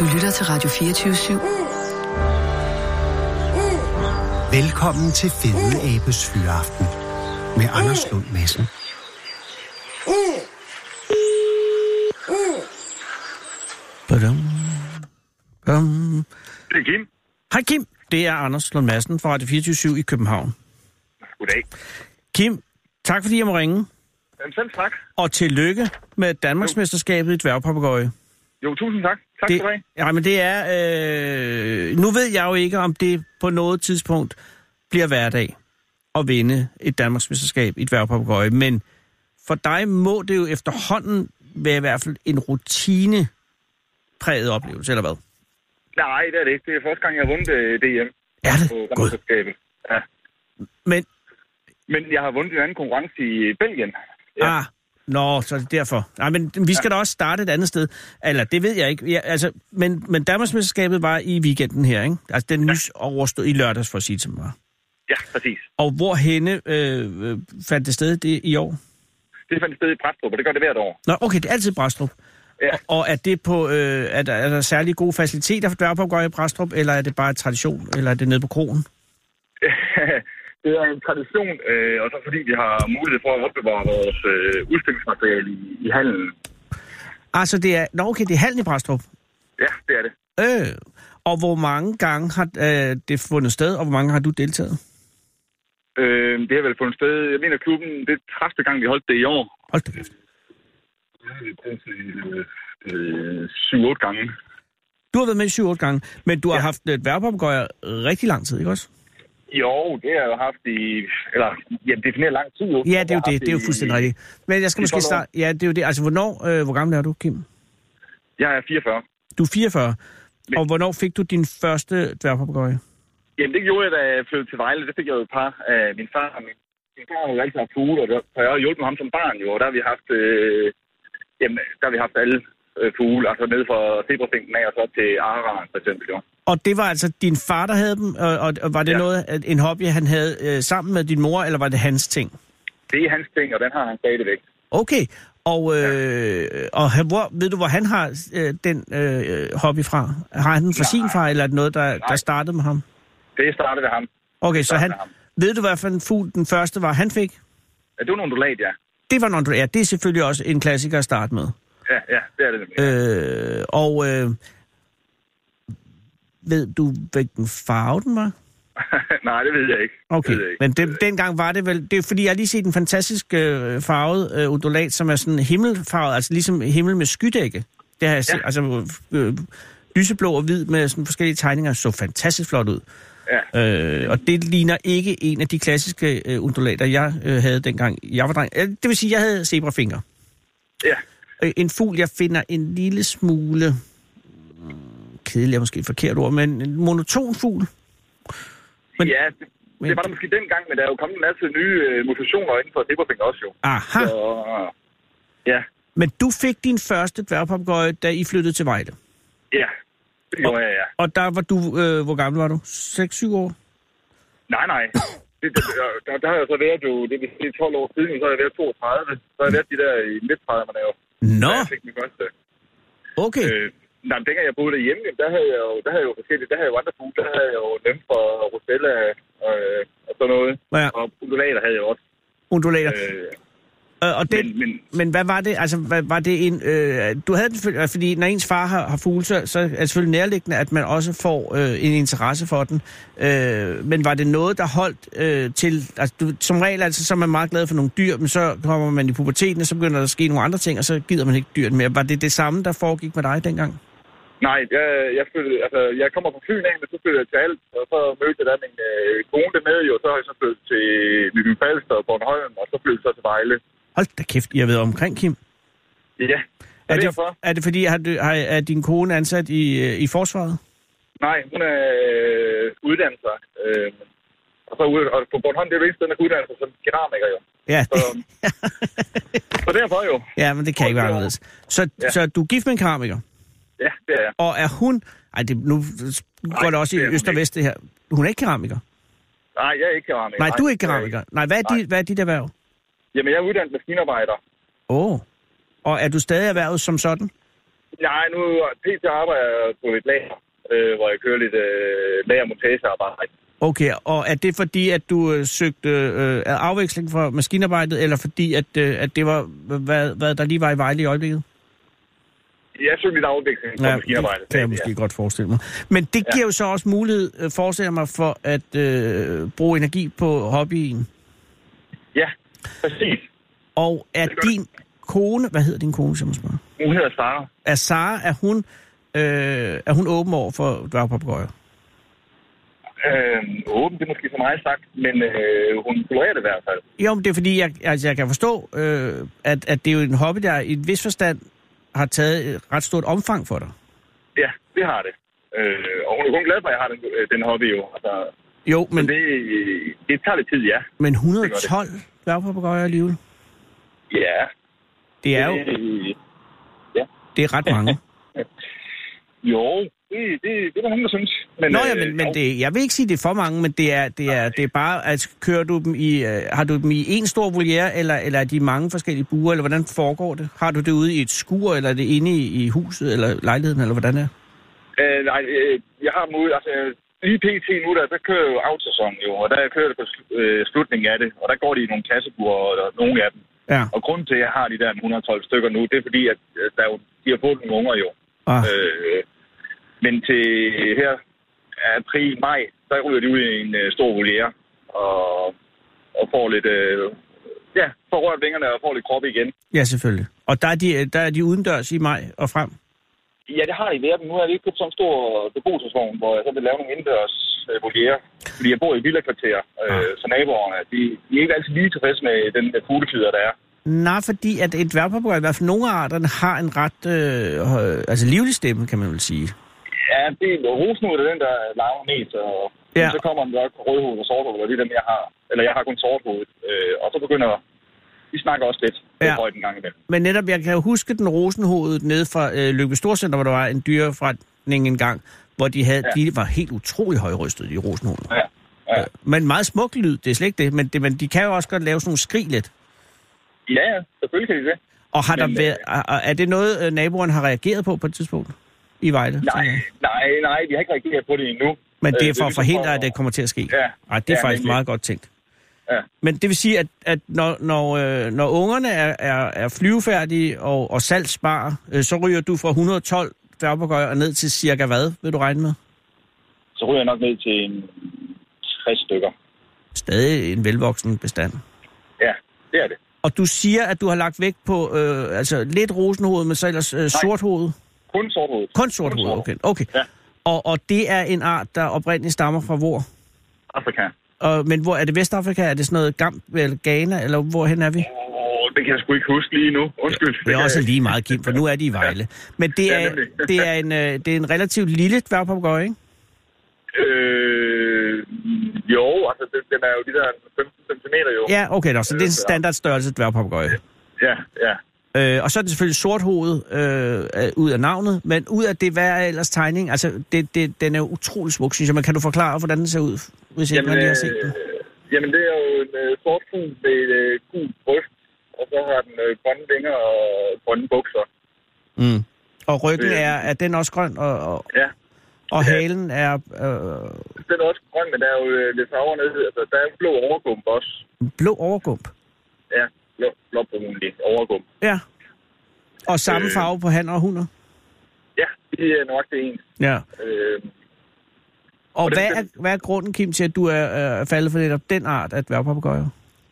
Du lytter til Radio 24/7. Velkommen til Fede Abes Fyraften med Anders Lund Madsen. Det er Kim. Hej Kim, det er Anders Lund Madsen fra Radio 24/7 i København. Goddag. Kim, tak fordi jeg må ringe. Jamen, selv tak. Og tillykke med Danmarksmesterskabet i dværgpapegøje. Jo, tusind tak. Tak skal du have. Ja, men det er... nu ved jeg jo ikke, om det på noget tidspunkt bliver hverdag at vinde et Danmarksmesterskab i dværgpapegøje, men for dig må det jo efterhånden være i hvert fald en rutinepræget oplevelse, eller hvad? Nej, det er det ikke. Det er første gang, jeg har vundet DM. Er det? På Danmarksmesterskabet. Ja. Men jeg har vundet en anden konkurrence i Belgien. Ja. Så er det derfor. Nej, men vi skal da også starte et andet sted. Eller, det ved jeg ikke. Ja, altså, men Danmarksmesterskabet var i weekenden her, ikke? Altså, den nys overstod i lørdags, for at sige til mig. Ja, præcis. Og hvorhenne fandt det sted det i år? Det fandt sted i Brastrup, og det gør det hvert år. Nå, okay, det er altid Brastrup. Ja. Og er det på, er der særlig gode faciliteter for dværgpapegøjer i Brastrup, eller er det bare tradition, eller er det nede på krogen? Det er en tradition, og så fordi vi har mulighed for at opbevare vores udstillingsmateriale i hallen. Altså, det er... Nå, okay, det er hallen i Brastrup? Ja, det er det. Og hvor mange gange har det fundet sted, og hvor mange har du deltaget? Det har vel fundet sted... Jeg mener, klubben, det er 30. gang, vi holdt det i år. Hold da kæft. 7-8 gange. Du har været med 7-8 gange, men du har haft dværgpapegøjer rigtig lang tid, ikke også? Jo, det har jeg jo haft i... Eller, defineret lang tid. Ja, det er jo det. Det er jo fuldstændig rigtigt. Men jeg skal måske starte... Ja, det er jo det. Altså, hvor gammel er du, Kim? Jeg er 44. Du er 44. Og hvornår fik du din første dværgpapegøje? Jamen, det gjorde jeg, da jeg flyttede til Vejle. Det fik jeg jo et par af min far. Min far har jo altid haft fugle, og jeg har hjulpet ham som barn, jo. Og der har vi haft, alle fugle, altså ned fra zebrafinken af og så til aran, for eksempel, jo. Og det var altså din far, der havde dem, og var det en hobby, han havde sammen med din mor, eller var det hans ting? Det er hans ting, og den har han stadigvæk. Okay, og ved du, hvor han har den hobby fra? Har han den fra sin far, eller er det noget, der startede med ham? Det startede ved ham. Okay, så han... Ved du, hvad for en fugl den første var, han fik? Ja, det var en undulat, ja. Det var en undulat, ja. Det er selvfølgelig også en klassiker at starte med. Ja, det er det. Ved du, hvilken farve den var? Nej, det ved jeg ikke. Okay, men dengang var det vel... Det er fordi, jeg har lige set en fantastisk farvet undulat, som er sådan himmelfarvet, altså ligesom himmel med skydække. Det har jeg set, altså lyseblå og hvid med sådan forskellige tegninger, så fantastisk flot ud. Ja. Og det ligner ikke en af de klassiske undulater, jeg havde dengang jeg var dreng. Det vil sige, jeg havde zebrafinger. Ja. En fugl, jeg finder en lille smule... kedelig er måske et forkert ord, men en monoton fugl. Men, det var der måske dengang, men der er jo kommet en masse nye mutationer inden for zebrafinger også jo. Aha. Så, ja. Men du fik din første dværgpapegøje, da I flyttede til Vejle? Ja, det gjorde jeg, ja. Og der var du... hvor gammel var du? 6-7 år? Nej. Der har jeg så været jo... Det er 12 år siden, så har jeg været 32. Så har jeg været de der i midt-30'erne jo. Nå! Jeg fik min første. Okay. Men dengang jeg boede derhjemme, der havde jeg jo forskellige... Der havde jeg jo andre fugle. Der havde jeg jo nymfer og rosella og sådan noget. Ja. Og undulater havde jeg også. Undulater. Men hvad var det? Altså, var det en... du havde den, fordi når ens far har fugle, så er det selvfølgelig nærliggende, at man også får en interesse for den. Men var det noget, der holdt til... Altså, som regel altså, så er man meget glad for nogle dyr, men så kommer man i puberteten, og så begynder der at ske nogle andre ting, og så gider man ikke dyrt mere. Var det det samme, der foregik med dig dengang? Nej, jeg kommer fra Fyn af, men så flyttede jeg til Alt, og så mødte jeg der min kone med, og så har jeg så flyttet til Nykøbing Falster og Bornholm, og så flyttede jeg så til Vejle. Hold da kæft, I har været omkring, Kim. Ja, er det fordi, er din kone ansat i forsvaret? Nej, hun er uddannet. Og på Bornholm, det er jo ikke sådan, at uddannet sig som keramiker jo. Ja. Så derfor jo. Ja, men det kan ikke være anderledes. Så du er gift med en keramiker? Ja, det er jeg. Og er hun... nu går det også i øst og vest det her. Hun er ikke keramiker? Nej, jeg er ikke keramiker. Nej, du er ikke keramiker. Nej, hvad er dit erhverv? Jamen, jeg er uddannet maskinarbejder. Og er du stadig erhvervet som sådan? Nej, nu pt. arbejder jeg på et lager, hvor jeg kører lidt lagermontagearbejde. Okay, og er det fordi, at du søgte afveksling fra maskinarbejdet, eller fordi, at det var, hvad der lige var i Vejle i øjeblikket? Jeg søgte lidt afveksling fra maskinarbejdet. Det kan jeg måske godt forestille mig. Men det giver jo så også mulighed, forestiller mig, for at bruge energi på hobbyen. Ja, præcis. Og er din kone, hvad hedder din kone, som jeg spørger? Hun hedder Sara. Er Sara, er hun åben over for dværgpapegøjer? Åben, det er måske så meget sagt, men hun tolererer det i hvert fald. Jo, men det er fordi, jeg kan forstå, at det er jo en hobby, der i et vis forstand har taget et ret stort omfang for dig. Ja, det har det. Og hun er kun glad for, at jeg har den hobby jo. Altså, jo, men det tager lidt tid, ja. Men 112 dværgpapegøjer alligevel? Ja. Det er jo... Ja. Det er ret mange. Jo, det er der nogen, der synes. Men, men det, jeg vil ikke sige, det er for mange, men det er bare, at kører du dem i, har du dem i en stor voliere, eller er de mange forskellige buer, eller hvordan foregår det? Har du det ude i et skur, eller er det inde i huset, eller lejligheden, eller hvordan er det? Nej, jeg har dem ude, altså lige pt. Nu, der kører jo afsæson jo, og der kører det på slutningen af det, og der går de i nogle kassebuer, og nogle af dem. Ja. Og grunden til, at jeg har de der 112 stykker nu, det er fordi, at de har fået nogle unger jo. Men til her april-maj, der ryger de ud i en stor voliere og får lidt, får rørt vingerne og får lidt krop igen. Ja, selvfølgelig. Og der er de udendørs i maj og frem? Ja, det har de været. Nu har jeg lige købt sådan en stor beboelsesvogn, hvor jeg så vil lave nogle indendørs voliere. Fordi jeg bor i villakvarter, så naboerne, de er ikke altid lige tilfredse med den fuglefyder, der er. Nej, fordi at et dværgpapegøje, i hvert fald nogle af arterne, har en ret livlig stemme, kan man vel sige. Ja, det er rosenhoved, den der larmer mest, og så kommer den nok på rødhoved og sorthoved, og det er dem, jeg har. Eller jeg har kun sorthoved. Og så begynder vi snakker også lidt højt en gang imellem. Men netop, jeg kan jo huske den rosenhovedet nede fra Lyngby Storcenter, hvor der var en dyreforretning engang, hvor de var helt utrolig højrystet, de rosenhoveder. Ja. Men meget smuk lyd, det er slet ikke det, men de kan jo også godt lave sådan nogle skrig lidt. Ja, selvfølgelig kan de det. Og er det noget, naboerne har reageret på et tidspunkt i Vejle? Nej, vi har ikke reageret på det endnu. Men det er for at forhindre, at det kommer til at ske? Ja. Ej, det er faktisk meget godt tænkt. Ja. Men det vil sige, at når ungerne er flyvefærdige og salgsbare, så ryger du fra 112 dværgpapegøjer og ned til cirka hvad, vil du regne med? Så ryger jeg nok ned til en 60 stykker. Stadig en velvoksen bestand. Ja, det er det. Og du siger, at du har lagt vægt på lidt rosenhoved, men så ellers sorthoved? Kun sorthoved. Kun sorthoved, okay. Ja. Og det er en art, der oprindeligt stammer fra hvor? Afrika. Men hvor er det Vestafrika? Er det sådan noget Gambia eller Ghana, eller hvorhen er vi? Det kan jeg sgu ikke huske lige nu. Undskyld. Det er også lige meget, Kim, for nu er de i Vejle. Men det er en relativt lille dværgpapegøje, ikke? Jo, altså den er jo de der 15 cm jo. Ja, okay, så det er en standardstørrelse dværgpapegøje. Ja. Og så er det selvfølgelig sorthovedet ud af navnet, men ud af det, hvad er ellers tegning? Altså, den er jo utrolig smuk, synes jeg. Men kan du forklare, hvordan den ser ud, hvis jeg lige har set den? Jamen, det er jo en sort fugl med et gult bryst, og så har den grønne vinger og grønne bukser. Mm. Og ryggen er den også grøn? Ja. Og halen er... Den er også grøn, men der er jo lidt farver nede. Altså, der er en blå overgump også. Blå overgump? Ja. Blåbrunlig overgump. Ja. Og samme farve på hanner og hunder? Ja, det er nok det ene. Ja. Og hvad er grunden, Kim, til, at du er faldet for netop den art af dværgpapegøjer?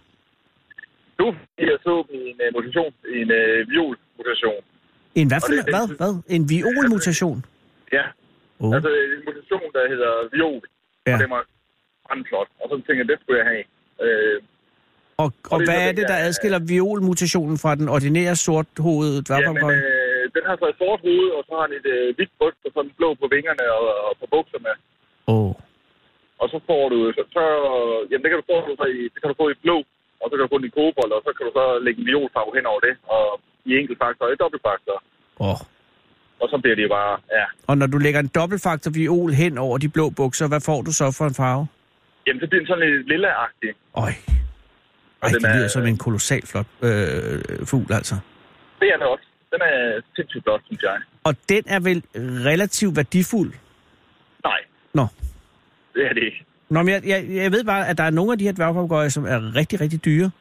Jeg så en mutation, en violmutation. En hvad for noget? Hvad? En violmutation? Ja. Altså en mutation, der hedder viol. Ja. Og det var brandflot. Og så tænkte jeg, det skulle jeg have. Og hvad er det, der adskiller violmutationen fra den ordinære sorthovedede dværgpapegøje? Jamen, den har så et sort hoved, og så har den et hvidt bryst, og sådan blå på vingerne og på bukserne. Og så får du jamen det kan du få i blå, og så kan du få den i kobold, og så kan du så lægge en violfarve hen over det, og i enkeltfaktor og i dobbeltfaktor. Og så bliver det bare, Og når du lægger en dobbeltfaktor viol hen over de blå bukser, hvad får du så for en farve? Jamen, det bliver sådan lidt lilla-agtig. Det lyder som en kolossal flot fugl, altså. Det er det også. Den er sindssygt flot, synes jeg. Og den er vel relativt værdifuld? Nej. Nå. Det er det ikke. Nå, men jeg ved bare, at der er nogle af de her dværgpapegøjer, som er rigtig, rigtig dyre.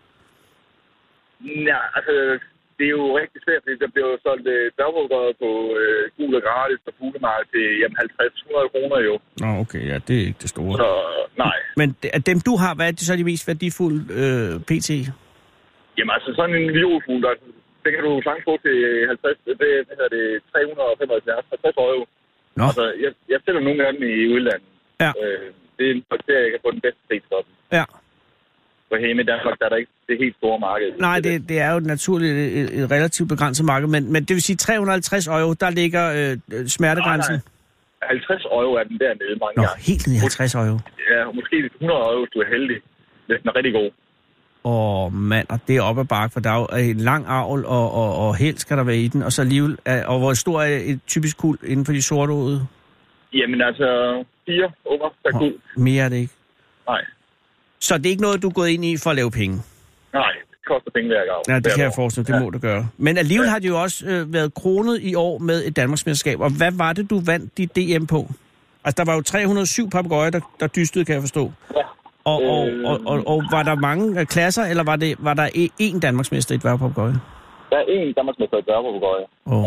Ja, altså, det er jo rigtig svært, fordi der bliver jo solgt dværgpapegøjer på Gul og Gratis og Fuglemarked til 50-100 kroner jo. Nå, okay, ja, det er ikke det store. Så nej. Men dem du har, hvad er det så de mest værdifulde pt? Jamen altså, sådan en violfugl, det kan du sagtens få til 50, det hedder det 375 euro. Nå. Altså, jeg sælger nogle af dem i udlandet. Ja. Det er en bakterie, jeg kan få den bedste pris for dem. Ja. For hjemme i Danmark, der er der ikke det helt store marked. Nej, det er jo naturligt et relativt begrænset marked, men det vil sige 350 euro, der ligger smertegrænsen. Nej. 50 euro er den dernede mange gange. Helt ned i 50 euro. Ja, måske 100 euro, hvis du er heldig. Hvis den er rigtig god. Mand, og det er op ad bakke, for der er jo en lang avl, og held skal der være i den, og så alligevel, og hvor stor er et typisk kuld inden for de sortåede? Jamen altså, 4 unger per kuld. Mere er det ikke? Nej. Så det er ikke noget, du er gået ind i for at lave penge? Nej, det koster penge hver gang. Ja, det kan jeg forestille, det må du gøre. Men alligevel har det jo også været kronet i år med et Danmarksmesterskab, og hvad var det, du vandt dit DM på? Altså, der var jo 307 papegøjer, der dystede, kan jeg forstå. Ja. Og var der mange klasser, eller var der én Danmarksmester i dværgpapegøje? Der er én Danmarksmester i dværgpapegøje.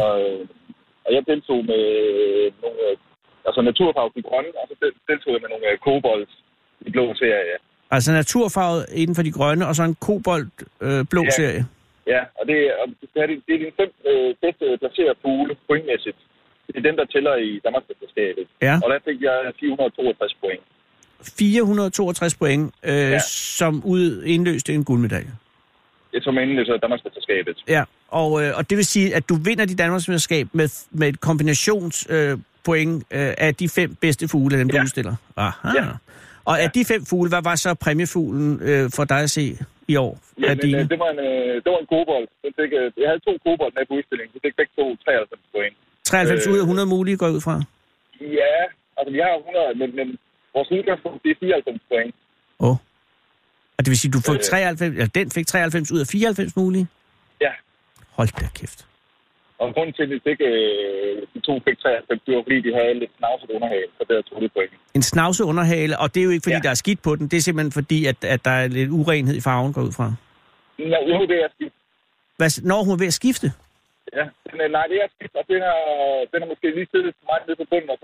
Og jeg deltog med nogle, altså naturfarve i grønne, og så deltog jeg med nogle kobold i blå serie. Altså naturfarvet inden for de grønne, og så en kobold blå serie? Ja, og det er de 5 bedste placerede fugle pointmæssigt. Det er dem, der tæller i Danmarksmesterskabet. Ja. Og der fik jeg 462 point. 462 point, som indløste en guldmedalje. Det som indløser Danmarksmesterskabet. Ja, og det vil sige, at du vinder dit Danmarksmesterskab med et kombinationspoint af de 5 bedste fugle, dem du udstiller. Aha. Ja. Og af de 5 fugle, hvad var så præmiefuglen for dig at se i år? Ja, det var en kobold. Jeg havde 2 kobold med på udstillingen, så fik begge 2 93 point. 93 ud af 100 mulige går ud fra? Ja, altså vi har 100, men vores udgangspunkt, det er 94 point. Og det vil sige, du fik 93, eller den fik 93 ud af 94 mulige? Ja. Hold da kæft. Og grunden til, at de 2 fik 93, det var fordi, de havde lidt snavset underhale, så der tog det point. En snavset underhale, og det er jo ikke fordi, der er skidt på den, det er simpelthen fordi, at der er lidt urenhed i farven, går ud fra? Ja, jo, det er skidt. Når hun er ved at skifte? Ja, nej, det er skidt, og den har måske lige siddet for meget nede på bunden, og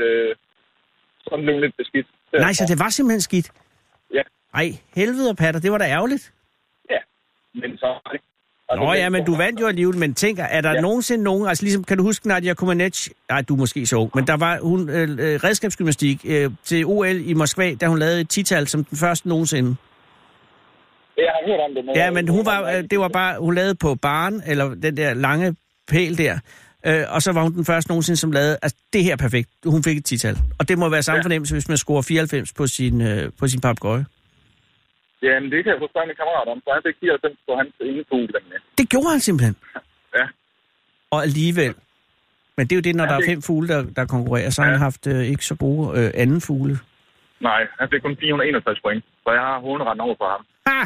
sådan blev lidt beskidt. Nej, så det var simpelthen skidt? Ja. Ej, helvede og patter, det var da ærgerligt. Ja, men så... Nå ja, men du vandt jo alligevel, men tænker, er der nogensinde nogen, altså ligesom, kan du huske Nadia Comaneci? Nej, du er måske så ung, men der var hun redskabsgymnastik til OL i Moskva, da hun lavede et 10-tal som den første nogensinde. Jeg har hørt om det. Ja, men det var bare, hun lavede på baren, eller den der lange pæl der, og så var hun den første nogensinde, som lavede, altså det her perfekt, hun fik et 10-tal. Og det må være samme fornemmelse, hvis man scorer 94 på sin papegøje. Ja, men det kan jeg få spørge min kammerat om, så han fik 94 på hans ene fugle. Det gjorde han simpelthen? Ja. Og alligevel. Men det er jo det, når der er 5 fugle, der konkurrerer, så har han haft ikke så gode anden fugle. Nej, han fik kun 461 point, så jeg har hovedretten over for ham.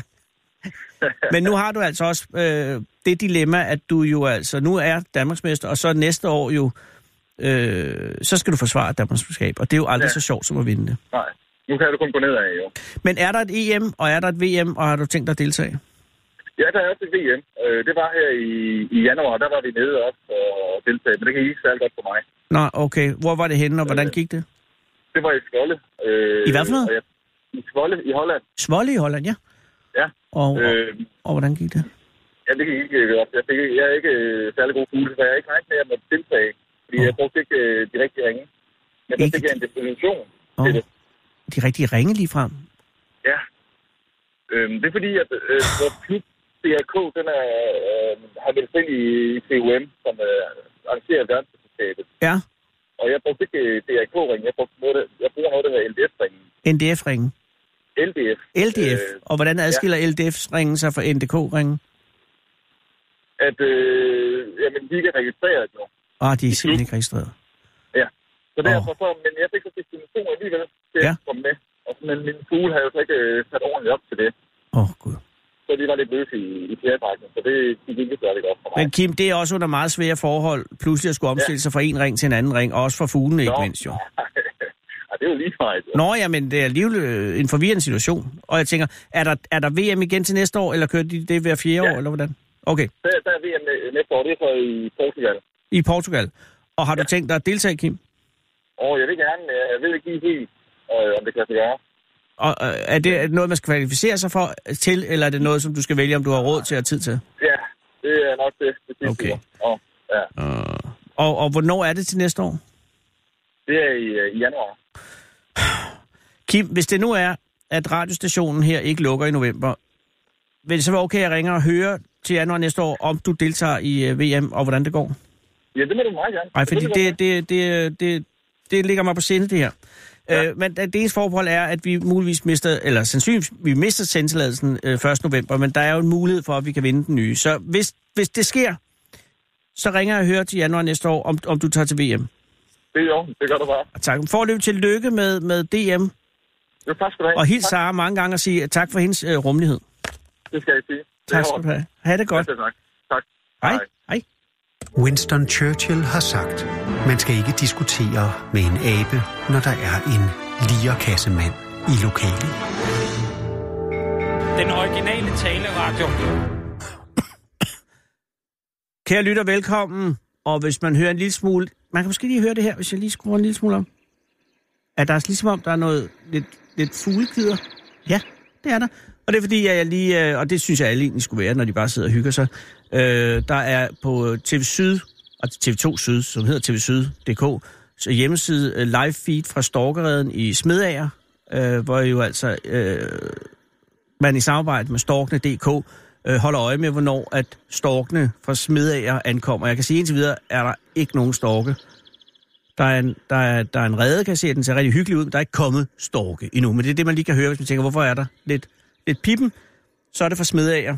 Men nu har du altså også det dilemma, at du jo altså nu er Danmarksmester, og så næste år jo, så skal du forsvare Danmarksmesterskab, og det er jo aldrig så sjovt som at vinde det. Nej. Nu kan du kun gå nedad, jo. Men er der et EM, og er der et VM, og har du tænkt dig at deltage? Ja, der er også et VM. Det var her i januar, der var vi nede også og deltage, men det gik ikke særlig godt for mig. Nå, okay. Hvor var det henne, og hvordan gik det? Det var i Zwolle. I hvad for noget? I Zwolle i Holland. Zwolle i Holland, ja. Ja. Og hvordan gik det? Ja, det gik ikke godt. Jeg er ikke særlig god fugle, så jeg er ikke regnet med at måtte deltage, fordi jeg brugte ikke de rigtige ringe. Men der fik jeg en definition til det. De rigtige ringe lige frem? Ja. Det er fordi, at vores klub, DRK, den har meldt ind i CUM, som arrangerer verdensmesterskabet. Ja. Og jeg brugte ikke DRK-ringen, jeg bruger noget, der hedder LDF-ringen. NDF-ringen? LDF. LDF? Og hvordan adskiller LDF-ringen sig fra NDK-ringen? At, jamen, de ikke er registreret nu. De er simpelthen ikke registreret? Ja. Så derfor så, men jeg fik så destination alligevel til at komme med. Men min fugle havde jo så ikke sat ordentligt op til det. Gud. Så så de var lidt løse i fjerdragten, så det gik ikke særlig godt for mig. Men Kim, det er også under meget svære forhold, pludselig at skulle omstille sig fra en ring til en anden ring, og også fra fuglene ikke mindst jo. Ja, det er jo lige meget. Ja. Nå ja, men det er alligevel en forvirrende situation. Og jeg tænker, er der VM igen til næste år, eller kører de det hver 4 år, eller hvordan? Okay. Der er VM næste år, det er så i Portugal. I Portugal. Og har du tænkt dig at deltage, Kim? Jeg vil gerne. Jeg ved ikke helt, om det kan sig gøre. Og er det noget, man skal kvalificere sig til, eller er det noget, som du skal vælge, om du har råd til at tid til? Ja, det er nok det. Okay. Ja. Og hvornår er det til næste år? Det er i januar. Kim, hvis det nu er, at radiostationen her ikke lukker i november, vil det så være okay, at jeg ringer og hører til januar næste år, om du deltager i VM, og hvordan det går? Ja, det må du meget gerne. Nej, fordi det ligger mig på sinde, det her. Ja. Men det eneste forhold er, at vi muligvis mister sendtilladelsen 1. november, men der er jo en mulighed for, at vi kan vinde den nye. Så hvis det sker, så ringer jeg og hører til januar næste år, om du tager til VM. Det er jo, det gør du bare. Tak. Forløb til lykke med DM. Jo, tak skal du have. Og hils Sara mange gange og sige tak for hendes rummelighed. Det skal jeg sige. Tak skal du have. Ha' det godt. Ja, tak. Hej. Winston Churchill har sagt, man skal ikke diskutere med en abe, når der er en lierkassemand i lokalet. Den originale taleradio. Kære lytter, velkommen. Og hvis man hører en lille smule... Man kan måske lige høre det her, hvis jeg lige skruer en lille smule om. Er der ligesom om, der er noget lidt fuglekvider? Ja, det er der. Og det er fordi, jeg lige... Og det synes jeg alle egentlig skulle være, når de bare sidder og hygger sig. Der er på TV Syd, og TV2 Syd, som hedder tvsyd.dk, så hjemmeside live feed fra Storkereden i Smedager, hvor jo altså man i samarbejde med Storkene.dk holder øje med, hvornår at storkene fra Smedager ankommer. Jeg kan sige, indtil videre er der ikke nogen storke. Der er en rede, kan jeg se, den ser rigtig hyggelig ud, men der er ikke kommet storke endnu. Men det er det, man lige kan høre, hvis man tænker, hvorfor er der lidt pippen? Så er det fra Smedager.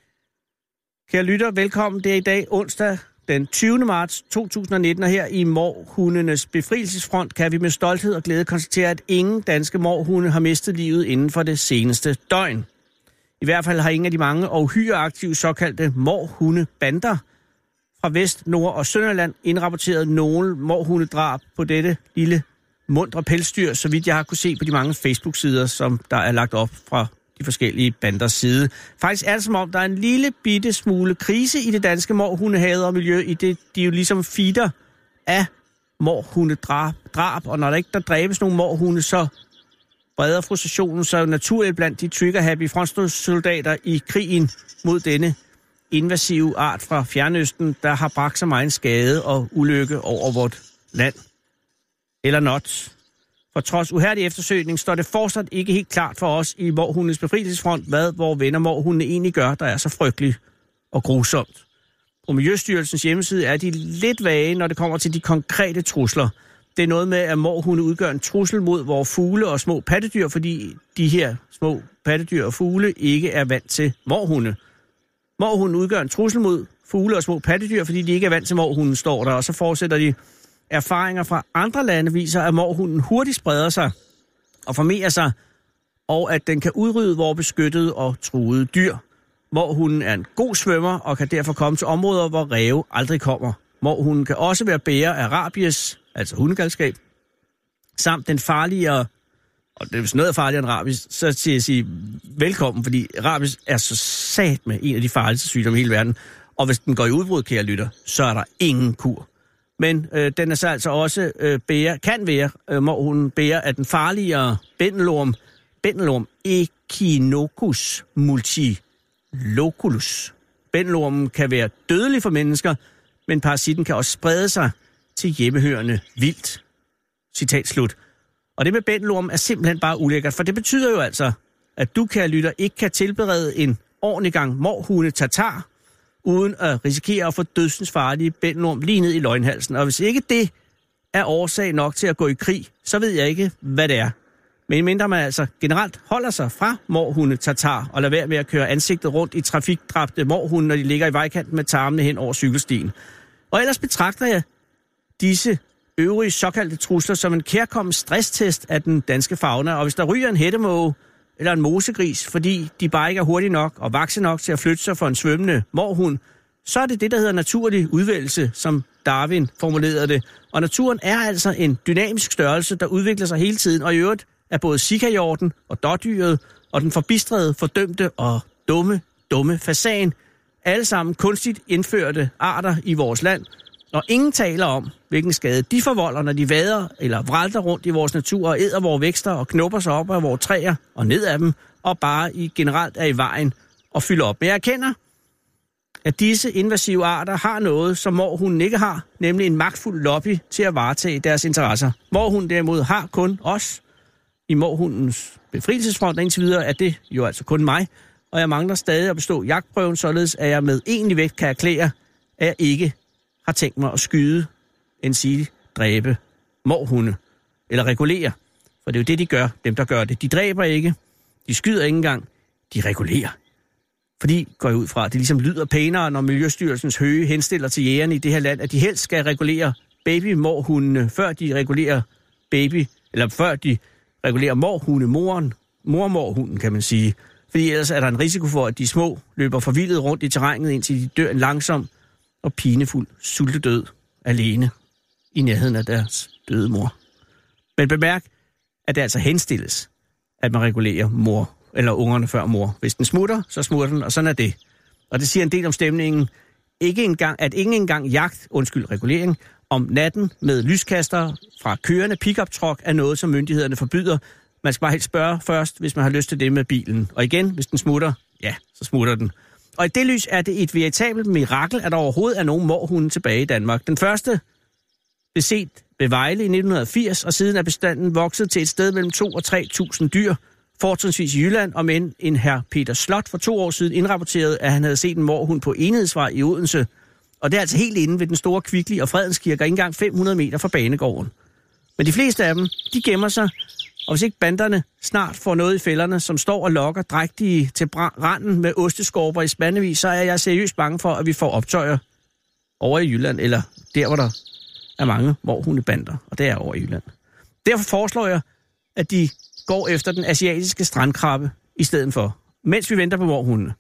Kære lytter, velkommen. Det er i dag onsdag den 20. marts 2019, og her i Mårhundenes Befrielsesfront kan vi med stolthed og glæde konstatere, at ingen danske mårhunde har mistet livet inden for det seneste døgn. I hvert fald har ingen af de mange og uhyreaktive såkaldte mårhundebander fra Vest-, Nord- og Sønderland indrapporteret nogle mårhundedrab på dette lille muntre pelsdyr, så vidt jeg har kunne se på de mange Facebook-sider, som der er lagt op fra de forskellige banders side. Faktisk er det som om, der er en lille bitte smule krise i det danske mårhundehavet og miljø, i det de jo ligesom feeder af mårhundedrab, og når der ikke dræbes nogen mårhunde, så breder frustrationen så naturligt blandt de trigger-happy frontstødssoldater i krigen mod denne invasive art fra Fjernøsten, der har bragt så meget skade og ulykke over vort land. Eller not. For trods uhærdig eftersøgning står det fortsat ikke helt klart for os i Mårhundenes Befrielsesfront, hvad vores venner mårhundene egentlig gør, der er så frygteligt og grusomt. På Miljøstyrelsens hjemmeside er de lidt vage, når det kommer til de konkrete trusler. Det er noget med, at mårhunde udgør en trussel mod vores fugle og små pattedyr, fordi de her små pattedyr og fugle ikke er vant til mårhunde. Mårhunde udgør en trussel mod fugle og små pattedyr, fordi de ikke er vant til mårhunden, står der, og så fortsætter de. Erfaringer fra andre lande viser, at mårhunden hurtigt spreder sig og formerer sig, og at den kan udrydde vores beskyttede og truede dyr. Mårhunden er en god svømmer og kan derfor komme til områder, hvor ræve aldrig kommer. Mårhunden kan også være bærer af rabies, altså hundegalskab, samt den farligere, og det er hvis noget er farligere end rabies, så skal jeg sige velkommen, fordi rabies er så sat med en af de farligste sygdomme i hele verden, og hvis den går i udbrud, kære lytter, så er der ingen kur. Men den er så altså også mårhunden bærer af den farligere Bendelorm echinocus multiloculus. Bendelormen kan være dødelig for mennesker, men parasitten kan også sprede sig til hjemmehørende vildt. Citat slut. Og det med bendelorm er simpelthen bare ulækkert, for det betyder jo altså, at du, kære lytter, ikke kan tilberede en ordentlig gang mårhunde tartar, uden at risikere at få dødsensfarlige bendelorm lige ned i løgnhalsen. Og hvis ikke det er årsag nok til at gå i krig, så ved jeg ikke, hvad det er. Men mindre man altså generelt holder sig fra mårhunde tartar og lader være med at køre ansigtet rundt i trafikdræbte mårhunde, når de ligger i vejkanten med tarmene hen over cykelstien. Og ellers betragter jeg disse øvrige såkaldte trusler som en kærkommen stresstest af den danske fauna. Og hvis der ryger en hættemåge eller en mosegris, fordi de bare ikke er hurtige nok og vakse nok til at flytte sig for en svømmende mårhund, så er det det, der hedder naturlig udvælgelse, som Darwin formulerede det. Og naturen er altså en dynamisk størrelse, der udvikler sig hele tiden, og i øvrigt er både sikahjorten og dådyret og den forbistrede, fordømte og dumme fasan alle sammen kunstigt indførte arter i vores land, og ingen taler om, hvilken skade de forvolder, når de vader eller vralter rundt i vores natur og æder vores vækster og knupper sig op af vores træer og ned af dem, og bare generelt er i vejen og fylder op. Men jeg erkender, at disse invasive arter har noget, som mårhunden ikke har, nemlig en magtfuld lobby til at varetage deres interesser. Mårhunden derimod har kun os. I mårhundens befrielsesfront indtil videre er det jo altså kun mig, og jeg mangler stadig at bestå jagtprøven, således at jeg med egentlig vægt kan erklære, at jeg ikke har tænkt mig at skyde, endsige dræbe mårhunde, eller regulere. For det er jo det, de gør, dem der gør det. De dræber ikke, de skyder ikke engang, de regulerer. Fordi, går jeg ud fra, at det ligesom lyder pænere, når Miljøstyrelsens høge henstiller til jægerne i det her land, at de helst skal regulere babymårhundene, før de regulerer mormårhunden, kan man sige. Fordi ellers er der en risiko for, at de små løber forvildet rundt i terrænet, indtil de dør en langsom og pinefuld sultedød alene i nærheden af deres døde mor. Men bemærk, at det altså henstilles, at man regulerer mor eller ungerne før mor. Hvis den smutter, så smutter den, og sådan er det. Og det siger en del om stemningen. Ikke engang regulering om natten med lyskaster fra kørende pick-up-truck er noget, som myndighederne forbyder. Man skal bare helt spørge først, hvis man har lyst til det med bilen. Og igen, hvis den smutter, ja, så smutter den. Og i det lys er det et veritabelt mirakel, at der overhovedet er nogen mårhunde tilbage i Danmark. Den første blev set ved Vejle i 1980, og siden er bestanden vokset til et sted mellem 2.000 og 3.000 dyr, fortrinsvis i Jylland, og men en herr Peter Slot for 2 år siden indrapporterede, at han havde set en mårhund på Enhedsvej i Odense. Og det er altså helt inde ved den store Kvickly og Fredenskirke, ikke engang 500 meter fra banegården. Men de fleste af dem, de gemmer sig, og hvis ikke banderne snart får noget i fælderne, som står og lokker drægtige til randen med osteskorper i spandevis, så er jeg seriøst bange for, at vi får optøjer over i Jylland, eller der, hvor der er mange mårhundebander, og det er over i Jylland. Derfor foreslår jeg, at de går efter den asiatiske strandkrabbe i stedet for, mens vi venter på mårhundene.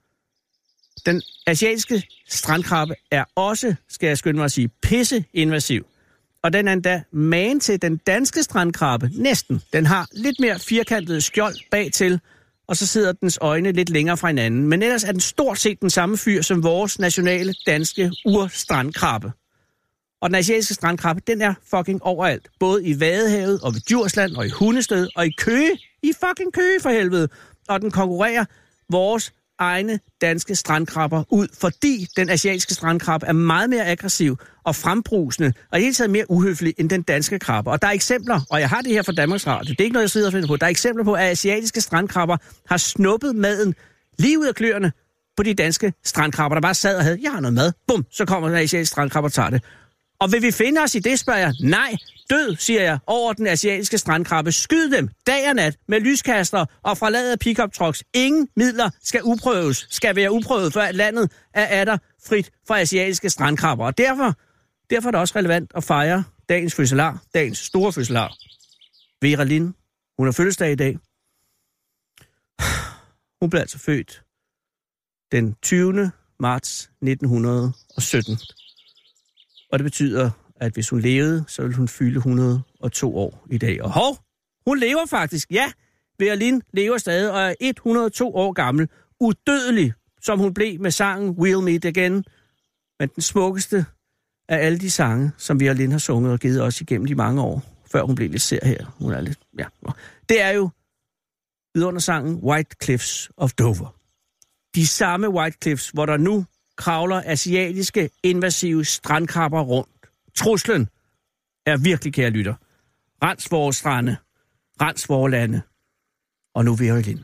Den asiatiske strandkrabbe er også, skal jeg skynde mig at sige, pisseinvasiv. Og den er endda magen til den danske strandkrabbe. Næsten. Den har lidt mere firkantet skjold bagtil, og så sidder dens øjne lidt længere fra hinanden. Men ellers er den stort set den samme fyr som vores nationale danske urstrandkrabbe. Og den asiatiske strandkrabbe, den er fucking overalt. Både i Vadehavet og ved Djursland og i Hundested og i Køge. I fucking Køge for helvede. Og den konkurrerer vores egne danske strandkrabber ud, fordi den asiatiske strandkrabbe er meget mere aggressiv og frembrusende, og i hele taget mere uhøflig end den danske krabbe. Og der er eksempler, og jeg har det her fra Danmarks Radio, det er ikke noget, jeg sidder og finder på, der er eksempler på, at asiatiske strandkrabber har snuppet maden lige ud af kløerne på de danske strandkrabber, der bare sad og havde, jeg har noget mad, bum, så kommer den asiatiske strandkrabber og tager det. Og vil vi finde os i det, spørger jeg. Nej, død, siger jeg, over den asiatiske strandkrabbe. Skyd dem dag og nat med lyskaster og fra ladet af pick-up trucks. Ingen midler skal være uprøvet, før landet er atter frit fra asiatiske strandkrabber. Og derfor er det også relevant at fejre dagens fødselar, dagens store fødselar. Vera Lind, hun har fødselsdag i dag. Hun blev altså født den 20. marts 1917. Og det betyder, at hvis hun levede, så ville hun fylde 102 år i dag. Og hun lever faktisk, ja. Vera Lind lever stadig og er 102 år gammel. Udødelig, som hun blev med sangen We'll Meet Again. Men den smukkeste af alle de sange, som Vera Lind har sunget og givet os igennem de mange år, før hun blev lidt ser her. Hun er lidt, ja. Det er jo vidundersangen White Cliffs of Dover. De samme White Cliffs, hvor der nu kravler asiatiske invasive strandkrabber rundt. Truslen er virkelig, kære lytter. Rens vores strande, rens vores lande. Og nu Vera Lind.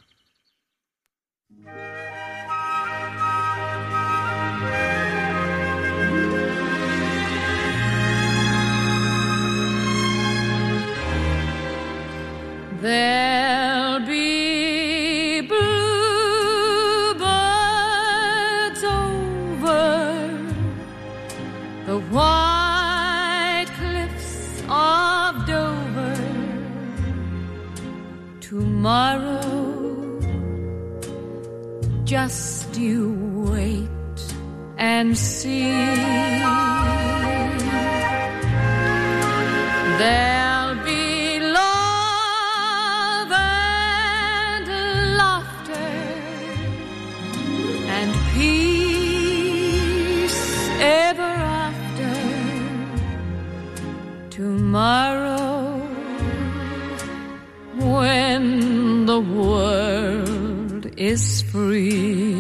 There'll be bluebirds over the white cliffs of Dover tomorrow. just you wait and see. There'll be love and laughter and peace ever after. Tomorrow, when the world is free,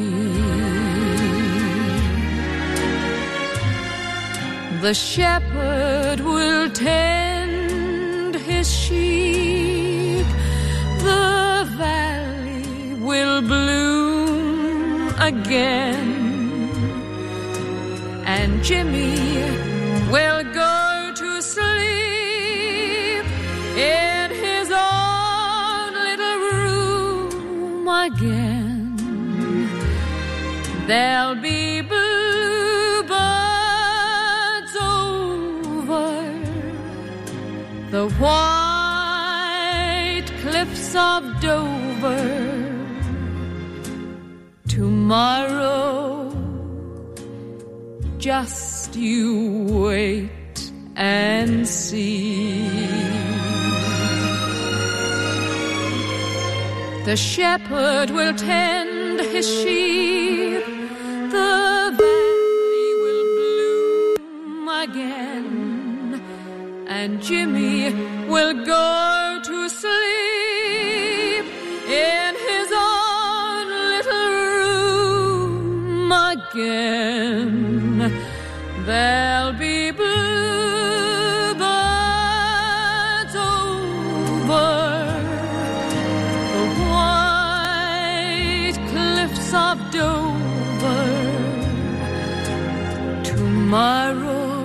the shepherd will tend his sheep, the valley will bloom again, and Jimmy will go to sleep in his own little room again. There'll be bluebirds over the white cliffs of Dover. Tomorrow, just you wait and see. The shepherd will tend his sheep, the valley will bloom again, and Jimmy will go to sleep in his own little room again. There'll be bluebirds over the white cliffs of Dover. Tomorrow,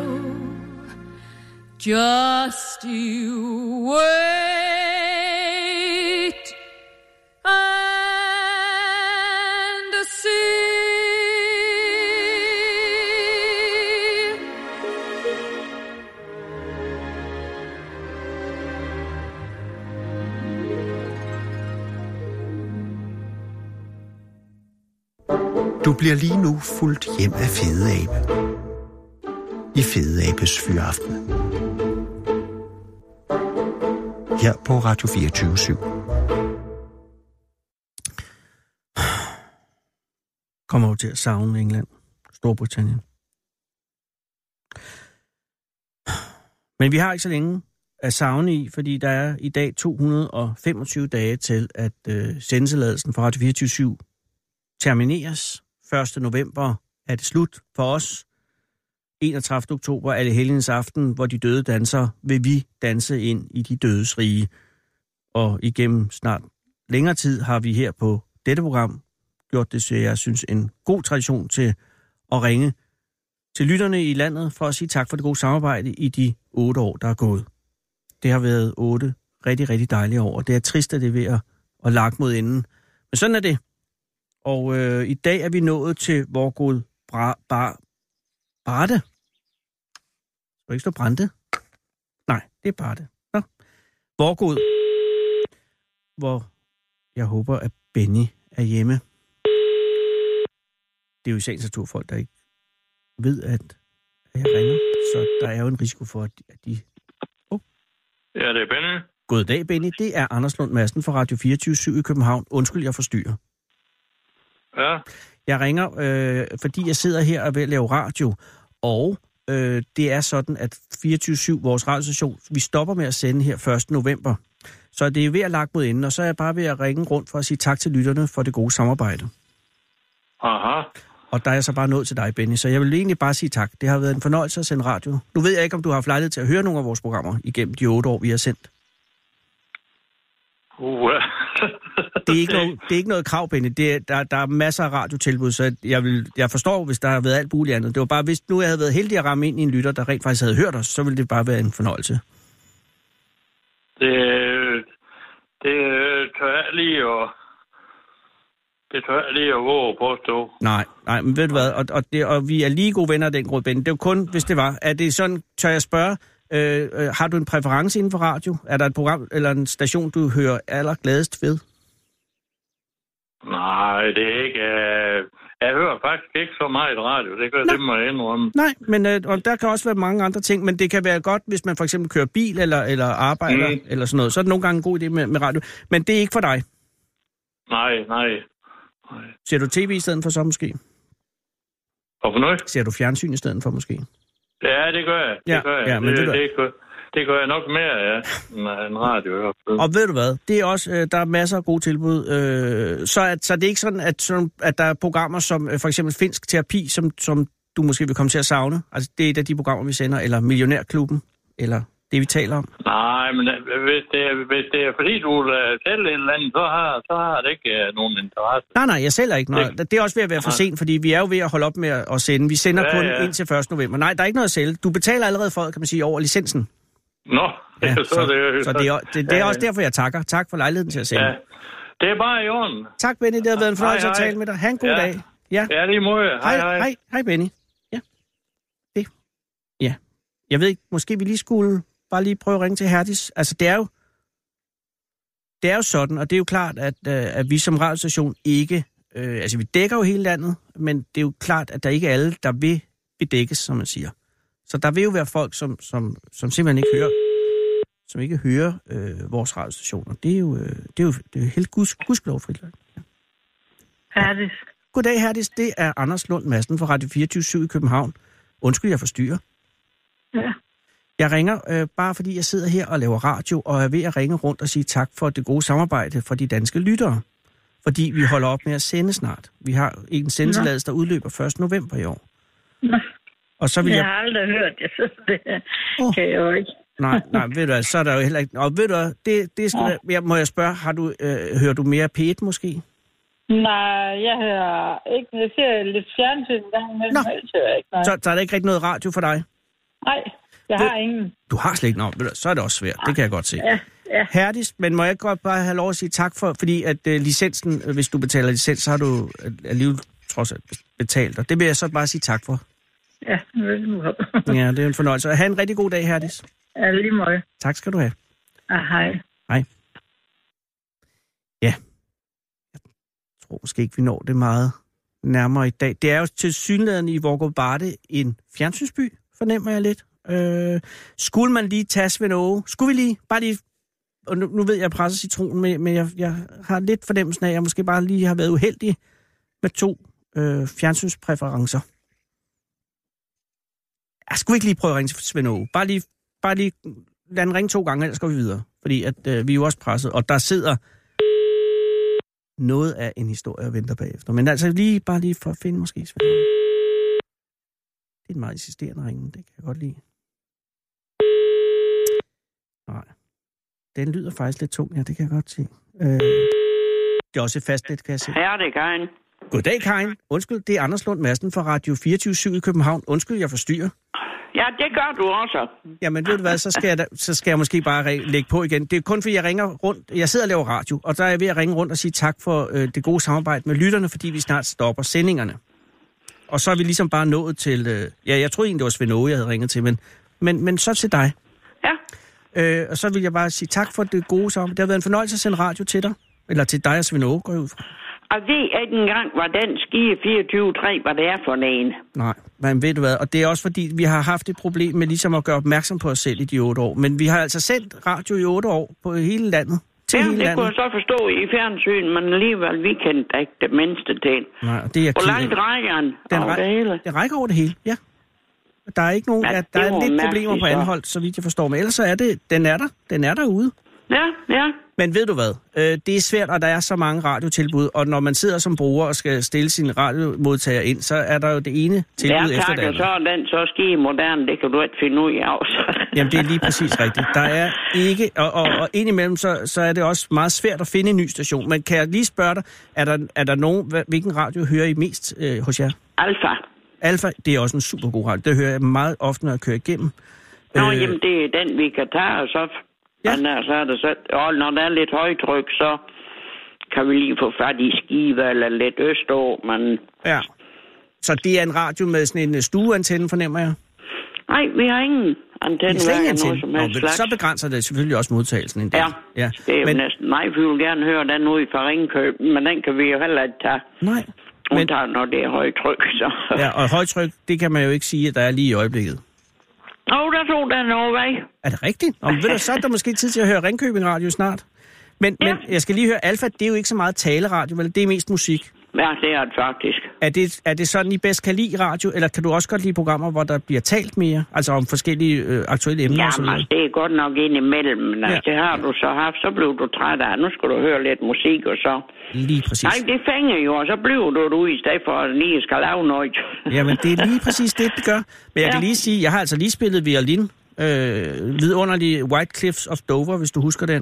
just you wait and see. Du bliver lige nu fulgt hjem af Fede Abe. I Fede Abes Fyraften. Her på Radio 24/7. Kommer jo til at savne England, Storbritannien. Men vi har ikke så længe at savne i, fordi der er i dag 225 dage til, at sendetilladelsen for Radio 24/7 termineres. 1. november er det slut for os. 31. oktober, Allehelgens aften, hvor de døde danser, vil vi danse ind i de dødes rige. Og igennem snart længere tid har vi her på dette program gjort det, så jeg synes, en god tradition til at ringe til lytterne i landet for at sige tak for det gode samarbejde i de 8 år, der er gået. Det har været 8 rigtig, rigtig dejlige år, og det er trist, at det er ved at lakke mod enden. Men sådan er det. Og i dag er vi nået til vor gode Barde. Skal ikke stå Brande? Nej, det er Barde. Nå. Vor god. Hvor jeg håber, at Benny er hjemme. Det er jo i sagens natur folk, der ikke ved, at jeg ringer. Så der er jo en risiko for, at de... Ja, det er Benny. Goddag, Benny. Det er Anders Lund Madsen fra Radio 24/7 i København. Undskyld, jeg forstyrrer. Ja. Jeg ringer, fordi jeg sidder her og vil lave radio, og det er sådan, at 24/7, vores radiostation, vi stopper med at sende her 1. november. Så det er ved at lage mod enden, og så er jeg bare ved at ringe rundt for at sige tak til lytterne for det gode samarbejde. Aha. Og der er jeg så bare nået til dig, Benny, så jeg vil egentlig bare sige tak. Det har været en fornøjelse at sende radio. Nu ved jeg ikke, om du har haft lejlighed til at høre nogle af vores programmer igennem de 8 år, vi har sendt. Det er ikke noget krav, Benny. Der er masser af radiotilbud, så jeg forstår, hvis der har været alt muligt andet. Det var bare, hvis nu jeg havde været heldig at ramme ind i en lytter, der rent faktisk havde hørt os, så ville det bare være en fornøjelse. Det tør jeg lige at våge at påstå. Nej, men ved du hvad, og vi er lige gode venner af den grund, Benny. Det er jo kun, hvis det var. Er det sådan, tør jeg spørge, har du en præference inden for radio? Er der et program eller en station, du hører allergladest ved? Nej, det er ikke... Jeg hører faktisk ikke så meget radio. Det må jeg indrømme. Nej, men og der kan også være mange andre ting, men det kan være godt, hvis man for eksempel kører bil eller arbejder eller sådan noget. Så er det nogle gange en god idé med radio. Men det er ikke for dig. Nej. Ser du tv i stedet for så måske? Og for noget? Ser du fjernsyn i stedet for måske? Ja, det gør jeg. Ja, men det gør jeg nok mere, end radio. Og ved du hvad? Det er også, der er masser af gode tilbud. Så det er ikke sådan, at der er programmer som for eksempel Finsk Terapi, som du måske vil komme til at savne. Altså, det er et af de programmer, vi sender. Eller Millionærklubben. Eller det, vi taler om. Nej, men hvis det er fordi, du sælger et eller andet, så har det ikke nogen interesse. Nej, jeg sælger ikke noget. Det er også ved at være for sent, fordi vi er jo ved at holde op med at sende. Vi sender kun indtil 1. november. Nej, der er ikke noget at sælge. Du betaler allerede for, kan man sige, over licensen. Nå, ja, så det er også derfor, jeg takker. Tak for lejligheden til at sende. Ja, det er bare i orden. Tak, Benny. Det har været en fornøjelse at tale med dig. Ha' en god dag. Ja, lige måde. Hej, Benny. Ja. Det. Ja. Jeg ved ikke, måske vi lige skulle bare lige prøve at ringe til Herdis. Altså, det er jo sådan, og det er jo klart, at vi som radiostation ikke... vi dækker jo hele landet, men det er jo klart, at der ikke er alle, der vil dækkes, som man siger. Så der vil jo være folk, som simpelthen ikke hører, som ikke hører vores radiostationer. Det er jo helt gudskelov frit. Ja. Herdis. Goddag, Herdis. Det er Anders Lund Madsen fra Radio 24 i København. Undskyld, jeg forstyrrer. Ja. Jeg ringer bare fordi jeg sidder her og laver radio, og er ved at ringe rundt og sige tak for det gode samarbejde for de danske lyttere. Fordi vi holder op med at sende snart. Vi har en sendetilladelse, der udløber 1. november i år. Nå. Og så vil jeg har aldrig hørt det, så det kan jeg jo ikke. Nej, ved du hvad, så er der jo heller ikke... Og ved du hvad, det skal være... Må jeg spørge, hører du mere P1 måske? Nej, jeg hører ikke. Jeg ser lidt fjernsyn en gang imellem. Så er der ikke rigtig noget radio for dig? Nej, jeg har ingen. Du har slet ikke noget. Så er det også svært, det kan jeg godt se. Ja. Herdis, men må jeg godt bare have lov at sige tak for, fordi at licensen, hvis du betaler licens, så har du alligevel trods alt betalt, og det vil jeg så bare sige tak for. Ja, velkommen. Ja, det er en fornøjelse. Ha' en rigtig god dag, Herdis. Ja, lige måde. Tak skal du have. Hej. Hej. Ja. Jeg tror måske ikke, vi når det meget nærmere i dag. Det er jo tilsyneladende i Vorgård en fjernsynsby, fornemmer jeg lidt. Skulle man lige tage Svend Åge? Skulle vi lige? Bare lige... Og nu ved jeg, at presser citronen, men jeg har lidt fornemmelsen af, at jeg måske bare lige har været uheldig med 2 fjernsynspræferencer. Jeg skulle ikke lige prøve at ringe til Svend Åge. Bare lige lad den ringe 2 gange, ellers går vi videre. Fordi at, vi er jo også presset, og der sidder noget af en historie og venter bagefter. Men altså bare lige for at finde måske Svend Åge. Det er en meget insisterende ringe, det kan jeg godt lide. Nej. Den lyder faktisk lidt tung, ja, det kan jeg godt se. Det er også et fast net, kan jeg se. Ja, det er Karin. Goddag, Karin. Undskyld, det er Anders Lund Madsen fra Radio 24 i København. Undskyld, jeg forstyrrer. Ja, det gør du også. Jamen, ved du hvad, så skal jeg måske bare lægge på igen. Det er kun fordi, jeg ringer rundt. Jeg sidder og laver radio, og der er jeg ved at ringe rundt og sige tak for det gode samarbejde med lytterne, fordi vi snart stopper sendingerne. Og så er vi ligesom bare nået til... jeg troede egentlig, det var Svend Åge, jeg havde ringet til, men så til dig. Ja. Og så vil jeg bare sige tak for det gode samarbejde. Det har været en fornøjelse at sende radio til dig. Eller til dig og Svend Åge, går jeg ud fra. Og ved ikke engang, hvordan skie 24-3, hvad det er for en. Nej, men ved du hvad, og det er også fordi, vi har haft et problem med ligesom at gøre opmærksom på os selv i de 8 år. Men vi har altså sendt radio i 8 år på hele landet. Ja, det kunne jeg så forstå i fjernsyn, men alligevel vi kendte ikke det mindste til. Nej, og det er hvor langt rækker den over det hele? Det rækker over det hele, ja. Der er ikke nogen, der er lidt problemer på Anholt, så vidt jeg forstår. Men ellers så er det, den er derude. Ja. Men ved du hvad? Det er svært, at der er så mange radiotilbud, og når man sidder som bruger og skal stille sin radiomodtager ind, så er der jo det ene tilbud efter det andet. Ja, tak, og så er den så skide moderne, det kan du ikke finde ud af også. Jamen, det er lige præcis rigtigt. Der er ikke, og indimellem, så er det også meget svært at finde en ny station. Men kan jeg lige spørge dig, er der nogen, hvilken radio hører I mest hos jer? Alfa, det er også en super god radio. Det hører jeg meget ofte, når jeg kører igennem. Jamen, det er den, vi kan tage, og så... Ja. Så er det så, og når der er lidt højtryk, så kan vi lige få fat i Skive eller lidt østover, men... Ja, så det er en radio med sådan en stueantenne, fornemmer jeg? Nej, vi har ingen antenneværk af noget som helst slags. Så begrænser det selvfølgelig også modtagelsen en del. Ja. Det er jo næsten... Nej, vi vil gerne høre den ude fra Ringkøb, men den kan vi jo heller ikke tage. Nej. Men tager, når det er højtryk, så... Ja, og højtryk, det kan man jo ikke sige, at der er lige i øjeblikket. Der tog den over vej. Er det rigtigt? Og ved du, så er der måske tid til at høre Ringkøbing Radio snart. Men jeg skal lige høre, Alfa, det er jo ikke så meget taleradio, vel? Det er mest musik. Ja, det er det faktisk. Er det sådan, I bedst kan lide radio, eller kan du også godt lide programmer, hvor der bliver talt mere? Altså om forskellige aktuelle emner? Ja, men det er godt nok indimellem, men det har du så haft. Så blev du træt af, nu skal du høre lidt musik, og så... Lige præcis. Nej, det fænger jo, og så bliver du ude i stedet for, at lige skal lave noget. Jamen, det er lige præcis det gør. Men jeg kan lige sige, jeg har altså lige spillet violin. Vidunderlig White Cliffs of Dover, hvis du husker den.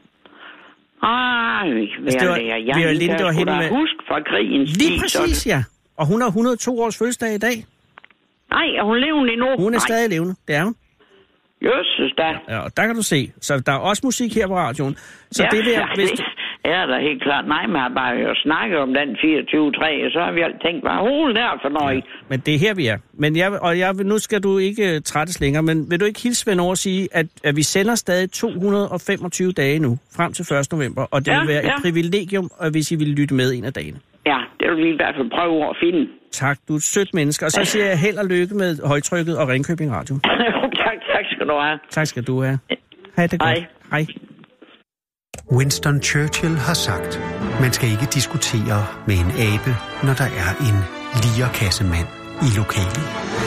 Det var hende med... Husk fra krigens lige præcis, ja. Og hun har 102 års fødselsdag i dag. Nej, er hun levende endnu? Hun er stadig levende, det er hun. Jøsses da. Ja, og der kan du se. Så der er også musik her på radioen. Så det vil jeg... Ja, da helt klart. Nej, man har bare jo snakket om den 24-3, så har vi alt tænkt, hvad hun der for noget? Ja, men det er her, vi er. Men nu skal du ikke trættes længere, men vil du ikke hilse, Svend, over at sige, at vi sender stadig 225 dage nu, frem til 1. november, og det vil være et privilegium, hvis I vil lytte med en af dagene. Ja, det vil vi i hvert fald prøve at finde. Tak, du er et sødt menneske. Og så siger jeg held og lykke med højtrykket og Ringkøbing Radio. tak skal du have. Tak skal du have. Hej det godt. Hej. Winston Churchill har sagt, man skal ikke diskutere med en abe, når der er en lierkassemand i lokalet.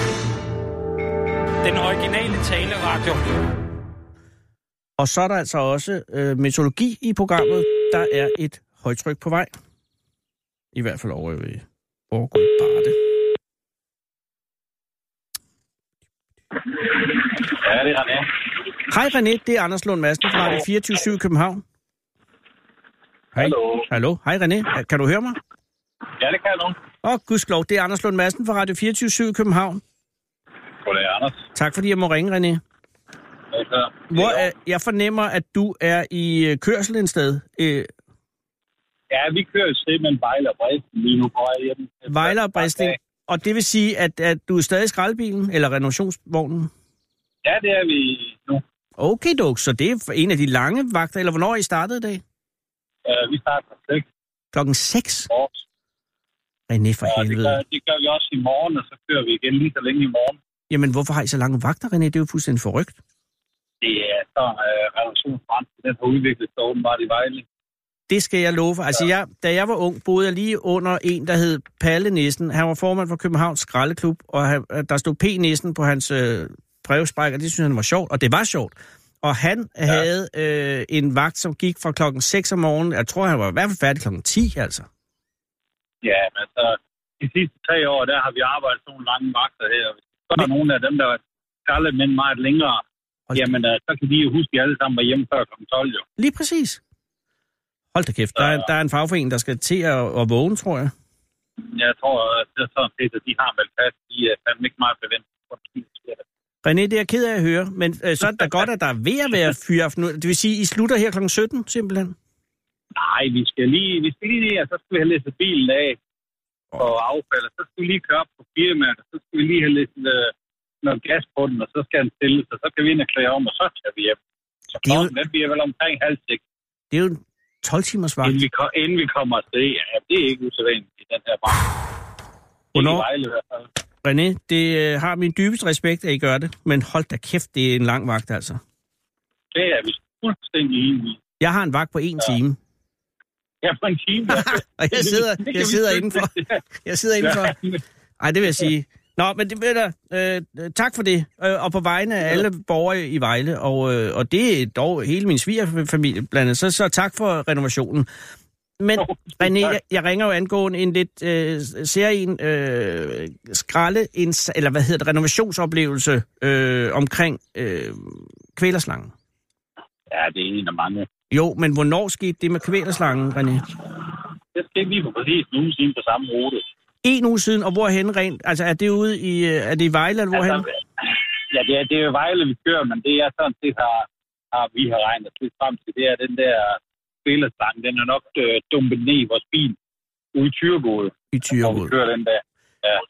Den originale taleradio. Og så er der altså også meteorologi i programmet. Der er et højtryk på vej. I hvert fald over ved Borgård Barde. Ja, det er René. Hej René, det er Anders Lund Madsen fra Radio 24/7 København. Hej. Hallo. Hej René. Kan du høre mig? Ja, det kan jeg nu. Gudskelov, det er Anders Lund Madsen fra Radio 24/7 København. Goddag, Anders. Tak fordi jeg må ringe, René. Jeg fornemmer, at du er i kørsel et sted. Ja, vi kører et sted mellem Vejle og Bredsten lige nu på vej hjem. Vejle og Bredsten. Og det vil sige, at du er stadig i skraldbilen eller renovationsvognen? Ja, det er vi nu. Okay, dog. Så det er en af de lange vagter, eller hvornår I startede i dag? Vi starter kl. 6. Klokken 6? René, for helvede. Det gør vi også i morgen, og så kører vi igen lige så længe i morgen. Jamen, hvorfor har I så lange vagter, René? Det er jo fuldstændig forrygt. Det er så renovationsbrand, den har udviklet sig åbenbart i Vejle. Det skal jeg love for. Altså, da jeg var ung, boede jeg lige under en, der hed Palle Nissen. Han var formand for Københavns Skraldeklub, og der stod P. Nissen på hans brevspræk, og det synes han var sjovt, og det var sjovt. Og han havde en vagt, som gik fra klokken 6 om morgenen. Jeg tror, han var i hvert fald færdig klokken 10, altså. Ja, men altså, de sidste 3 år, der har vi arbejdet sådan nogle lange vagter her. Så er der nogle af dem, der skralder med meget længere. Jamen, så kan de jo huske, at de alle sammen var hjemme før klokken 12, jo. Lige præcis. Hold da kæft, der er en fagforening, der skal til at vågne, tror jeg. Jeg tror, at det er sådan set, at de har meldt fast. De er fandme ikke meget forventet. René, det er jeg ked af at høre, men så er det da godt, at der er ved at være fyraften. Det vil sige, I slutter her kl. 17, simpelthen? Nej, vi skal lige ned, og så skal vi have læsset bilen af på affald, og så skal vi lige køre op på firmaet, og så skal vi lige have læsset noget gas på den, og så skal den stilles, og så kan vi ind og klæde om, og så tager vi hjem. Så klokken, den bliver vel omkring 5:30. Det er jo 12 timers vagt. Inden vi kommer afsted, ja, det er ikke usædvanligt i den her branche. Hvornår? I Vejle i hvert fald. René, det har min dybeste respekt, at I gør det, men hold da kæft, det er en lang vagt, altså. Det er vi fuldstændig enige. Jeg har en vagt på 1 time. Ja, på en time. Og jeg sidder indenfor. Jeg sidder indenfor. Ej, det vil jeg sige. Nå, men det ved der. Tak for det. Og på vegne af alle borgere i Vejle, og det er dog hele min svigerfamilie blandt andet, så tak for renovationen. Men René, jeg ringer jo angående en lidt renovationsoplevelse omkring kvælerslangen. Ja, det er en af mange. Jo, men hvornår skete det med kvælerslangen, René? Det skete lige for præcis en uge siden på samme rute. 1 uge siden, og hvorhen rent? Altså, er det ude i, er det i Vejle, eller hvorhen? Altså, ja, det er jo Vejle, vi kører, men det er sådan set, vi har regnet lidt frem til. Det er den der kvælerslange, den er nok dumpet ned i vores bil ude i Thyregod. I Thyregod. Hvor vi kører den der. Ja.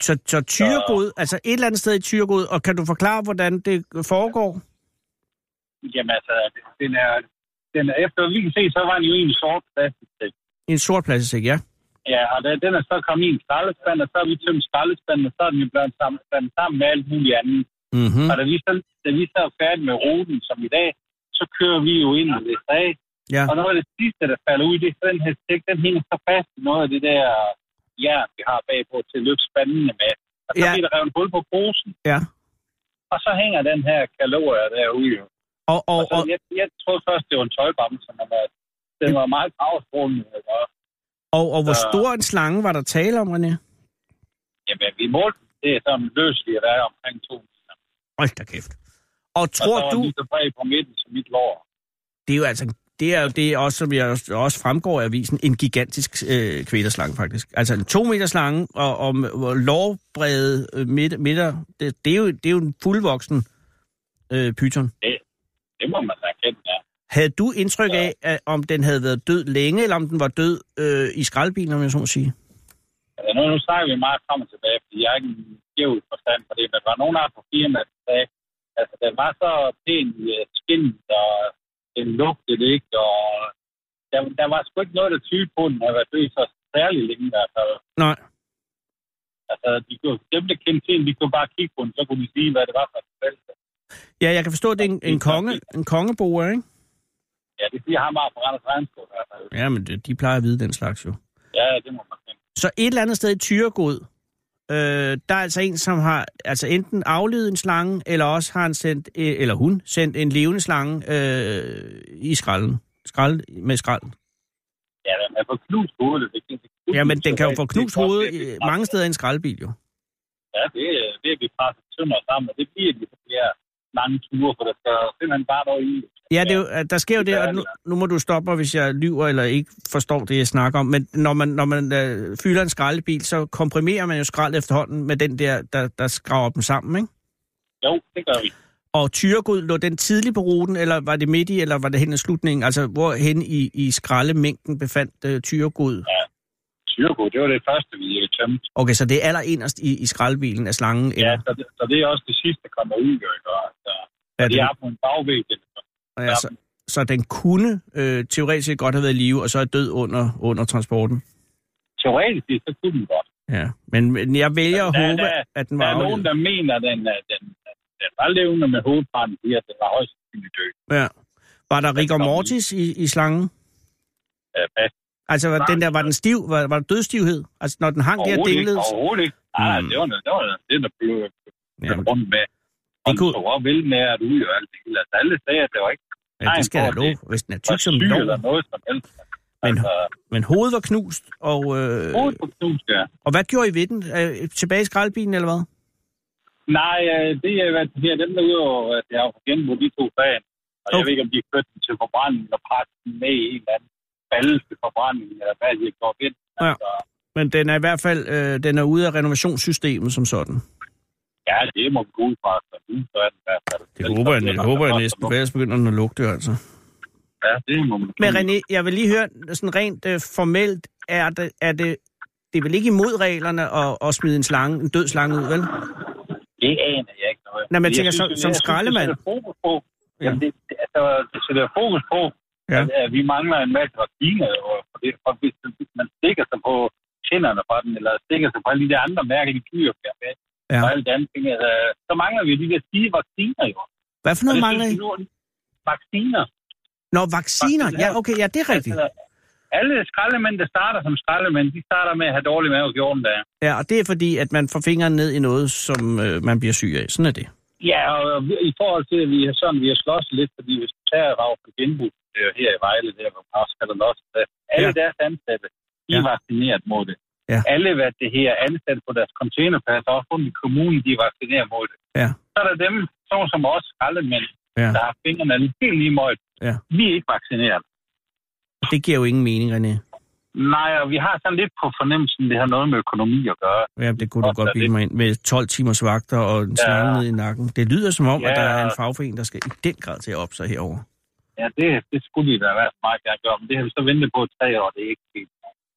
Så Thyregod, altså et eller andet sted i Thyregod, og kan du forklare, hvordan det foregår? Jamen altså, den er efter, vi kan se, så var den jo en sort plastik. En sort plastik, ja. Ja, og den er så kommet i en skraldespand, og så har vi tømt skraldespanden, og så er den jo blevet sammen med alt muligt andet. Mm-hmm. Og da vi så er færdige med ruten, som i dag, så kører vi jo ind og læser af. Ja. Og noget af det sidste, der falder ud, det er den her stik, den hænger så fast i noget af det der jern, vi har bagpå til at løfte spandene med. Og så bliver der revet hul på posen. Ja. Og så hænger den her kalorier derude. Og så, jeg troede først, det var en tøjbamse, men den var meget gravstrålende. Og hvor stor en slange var der tale om, René? Jamen, vi målte det er sådan løsligt at være omkring 2 meter. Hold da kæft. Og tror og så du... lige så bred på midten som mit lår. Det er jo altså... Det er jo det, også, som jeg også fremgår af avisen, en gigantisk kvælerslange, faktisk. Altså en 2 meter slange, og lårbrede midter, det er jo en fuldvoksen pyton. Det må man erkende, ja. Havde du indtryk af, om den havde været død længe, eller om den var død i skraldbilen, om jeg så må sige? Altså, nu snakker vi meget frem og tilbage, fordi jeg er ikke en skæv forstand på det, men der var nogen af på firmaet, der sagde, altså den var så pæn i skinnet, og den lugtede ikke, og der var sgu ikke noget, der tyde på, den havde været død så særligt længe i hvert fald. Nej. Altså, dem, der kendte til den, de kunne bare kigge på den, så kunne de sige, hvad det var for et felt. Ja, jeg kan forstå, at det er en kongeboer, ikke? Ja, det siger han bare fra Randers Regnskov. Ja, men de plejer at vide den slags jo. Ja, det må man kende. Så et eller andet sted i Thyregod, der er altså en, som har altså enten aflevet en slange, eller også har han sendt en levende slange i skralden. Med skralden. Ja, den er på knust hovedet. Ja, men den kan jo få knust hovedet mange steder i en skraldebil, jo. Ja, det er vi presset tønder sammen, og det bliver de her lange ture, for der skal simpelthen bare noget i. Ja, det er jo, der sker jo det, og nu må du stoppe mig, hvis jeg lyver eller ikke forstår det, jeg snakker om. Men når man fylder en skraldebil, så komprimerer man jo skrald efterhånden med den der skraver dem sammen, ikke? Jo, det gør vi. Og Thyregod, lå den tidligt på ruten, eller var det midt i, eller var det hen i slutningen? Altså, hvor hen i skraldemængden befandt Thyregod? Ja, Thyregod, det var det første, vi tømte. Okay, så det er allerinderst i skraldebilen af slangen? Ja, så det er også det sidste, der kommer ud, ikke? Altså, det er på en bagvæg, Ja, så den kunne teoretisk set godt have været i live, og så er død under transporten? Teoretisk, så kunne den godt. Ja, men jeg vælger at håbe, at den var aflevet. Der er nogen, der mener, at den var levende med hovedparten, fordi at den var højst sandsynligt død. Ja. Var der rigor mortis i slangen? Ja, fast. Altså, var den stiv? Var der dødstivhed? Altså, når den hang der dinglede? Overhovedet ikke. Nej, det var det, der blev rundt med. Og den tog op vel med at ud og alt det hele. Altså, alle sagde, at det var ikke... Ja, det skal jeg love, hvis den er tyk som lov. Eller noget som helst. Men hovedet var knust, og... Hovedet var knust, ja. Og hvad gjorde I ved den? Tilbage i skraldbilen, eller hvad? Nej, det er været her. Dem derude, at jeg har fået genbrugt de 2 fag. Og jeg ved ikke, om de har kørt den til forbrænding og presset den med i en eller anden balle til forbrænding, eller hvad de har gjort ved. Ja. Men den er i hvert fald den er ude af renovationssystemet som sådan. Ja, det må vi gå ud fra. Så er den i hvert fald. Det håber jeg næsten, for ellers begynder den at lugte, altså. Ja, det må man. Men René, jeg vil lige høre, sådan rent formelt, er det er vel ikke imod reglerne at smide en død slange ud, vel? Det aner jeg ikke noget. Nej, men jeg tænker, som skraldemand... Det sætter fokus på. Jamen, det sætter fokus på, at vi mangler en masse vacciner, og hvis man stikker sig på tænderne fra den, eller stikker sig på alle de der andre mærkelige dyr, og alle de andre ting, så mangler vi de der sige vacciner, jo. Hvad for noget mangler I? Vacciner. Nå, vacciner? Ja, okay, ja, det er rigtigt. Altså, alle skraldemænd, der starter som skraldemænd, de starter med at have dårlig mave 14 dage. Ja, og det er fordi, at man får fingeren ned i noget, som man bliver syg af. Sådan er det. Ja, og i forhold til, at vi har slås lidt, fordi hvis du tager rav på genbrug her i Vejle, der hvor man også kalder los, alle deres ansatte, de er vaccineret mod det. Ja. Alle, hvad det her ansatte på deres containerpladser, også rundt i kommunen, de er vaccineret mod det. Ja. Så er der dem, som også skraldemænd, der har fingrene helt lige møjt. Ja. Vi er ikke vaccineret. Det giver jo ingen mening, René. Nej, og vi har sådan lidt på fornemmelsen, det har noget med økonomi at gøre. Ja, det kunne du godt bilde mig ind. Med 12 timers vagter og en slange ned i nakken. Det lyder som om, at der er en fagforening, der skal i den grad til at op sig herover. Ja, det skulle de da være meget gerne gøre, men det har vi så ventet på 3 år, det er ikke helt.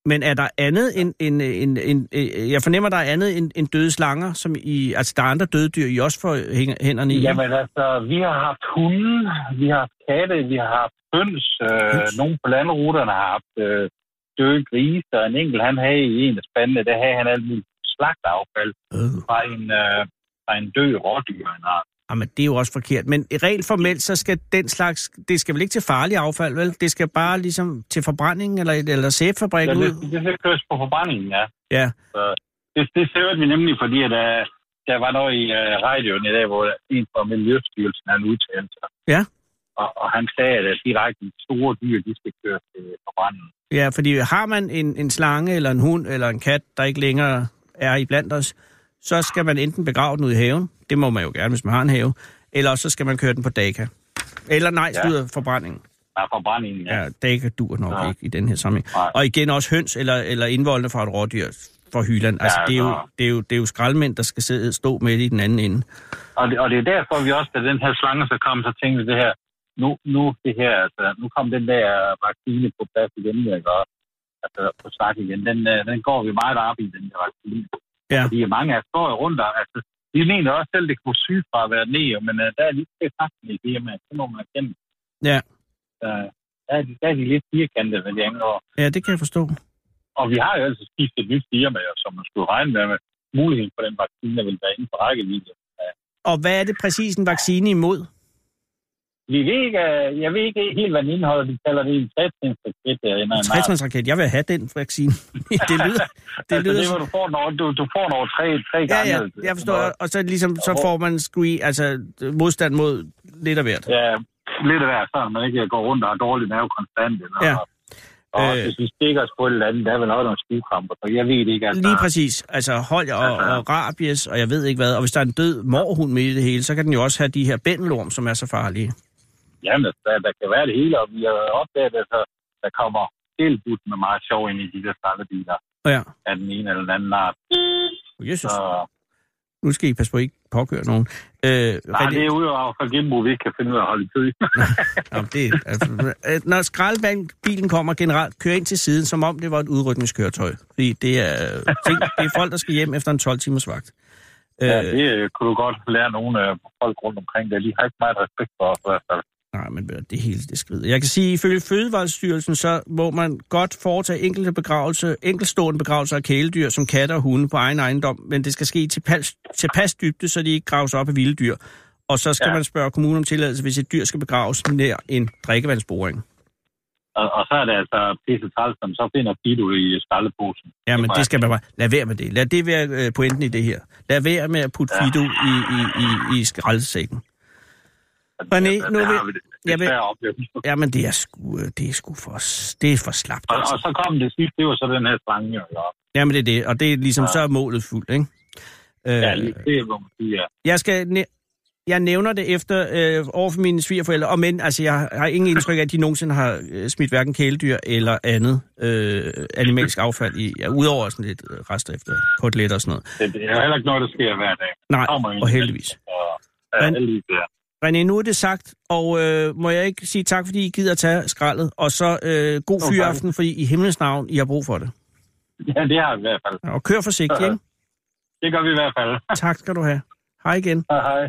Men er der andet end jeg fornemmer, der er andet end døde slanger, som altså der er andre døde dyr, I også får hænderne i? Jamen altså, vi har haft hunde, vi har haft katte, vi har haft høns. Nogle på landruterne har haft døde grise, og en enkelt, han havde i en af spandene, der havde han alt muligt slagteaffald fra en død rådyr. Jamen, det er jo også forkert. Men rent formelt, så skal den slags... Det skal vel ikke til farlig affald, vel? Det skal bare ligesom til forbrændingen eller sæbefabrikken ud? Det skal køres på forbrændingen, ja. Ja. Så det ser vi nemlig, fordi at, der var noget i radioen i dag, hvor en fra Miljøstyrelsen han udtalte sig. Ja. Og han sagde, at direkte store dyr, de skal køres til forbrændingen. Ja, fordi har man en slange eller en hund eller en kat, der ikke længere er iblandt os, så skal man enten begrave den ud i haven. Det må man jo gerne, hvis man har en have. Eller så skal man køre den på Daka. Eller forbrændingen. Ja, forbrændingen, ja. Ja, Daka dur nok ikke i den her sammenhæng. Og igen også høns eller indvoldene fra et rådyr for Hyland. Altså, det er jo skraldemænd, der skal stå med i den anden ende. Og det er derfor, vi også, da den her slange så kom, så tænkte det her, nu kom den der vaccine på plads igen, altså på snak igen. Den går vi meget op i, den der vaccine. Ja. Fordi mange af står rundt, altså, de mener også selv, det kan få syge fra at være ned, men der er lige til fakten i firmaet, så må man erkende. Ja. Der er de lidt firkantede, hvad de angår. Ja, det kan jeg forstå. Og vi har jo altså skiftet et nyt firma, som man skulle regne med muligheden for den vaccine, der vil være inden for rækkevidde. Og hvad er det præcis en vaccine imod? Jeg ved ikke helt, hvad den indeholder. De kalder det en 3-trinsraket. En 3-trinsraket? Jeg vil have den vaccine. det lyder... Altså, du får noget tre gange. Ja, jeg forstår. Og så ligesom, så får man modstand mod lidt af hvert. Ja, lidt af hvert, så man ikke går rundt og har dårlig mave konstant. Ja. Og hvis vi stikker os på et eller andet, der er vel også nogle stivkramper, så jeg ved det ikke. Altså, lige præcis. Altså hold og rabies, og jeg ved ikke hvad. Og hvis der er en død morhund med i det hele, så kan den jo også have de her bændelorm, som er så farlige. Jamen, der kan være det hele, og vi har opdaget, at der kommer helt budt med meget sjov ind i de der skraldebiler. Ja. Af den ene eller den anden art. Jesus. Nu skal I passe på, at I ikke påkøre nogen. Nej, det er udover for genbrug, vi ikke kan finde ud af at holde i tid. Når skraldebilen kommer generelt, kører ind til siden, som om det var et udrykningskøretøj. Fordi det er folk, der skal hjem efter en 12-timers vagt. Ja, det kunne du godt lære nogle folk rundt omkring det. De har ikke meget respekt for os i hvert fald. Nej, men det hele det skrider. Jeg kan sige, ifølge Fødevarestyrelsen, så må man godt foretage enkeltstående begravelser af kæledyr, som katter og hunde på egen ejendom, men det skal ske til pas dybde, så de ikke graves op af vilde dyr. Og så skal man spørge kommunen om tilladelse, hvis et dyr skal begraves nær en drikkevandsboring. Og så er det altså pisse træls, som så finder Fido i skraldeposen. Ja, men det skal man bare... Lad være med det. Lad det være pointen i det her. Lad være med at putte Fido i skraldesækken. René, nu vil... men det er sgu for slapt. Altså. Og så kom det sidste, det var så den her slange. Jamen det er det, og det er ligesom så er målet fuldt, ikke? Ja, det er, hvor man siger. Jeg nævner det efter over for mine svigerforældre, men altså, jeg har ingen indtryk af, at de nogensinde har smidt hverken kæledyr eller andet animalsk affald i, udover sådan lidt rester efter koteletter og sådan noget. Det er heller ikke noget, der sker hver dag. Nej, og heldigvis. René, nu er det sagt, og må jeg ikke sige tak, fordi I gider at tage skraldet, og så god fyraften, fordi i himlens navn, I har brug for det. Ja, det har vi i hvert fald. Og kør forsigtigt, ikke? Det gør vi i hvert fald. Tak skal du have. Hej igen. Hej.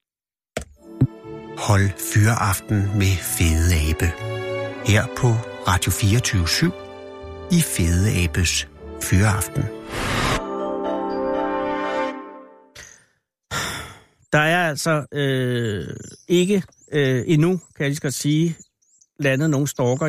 Hold fyraften med Fede Abe. Her på Radio 24/7 i Fede Abes Fyraften. Der er altså ikke endnu, kan jeg lige godt sige, landet nogle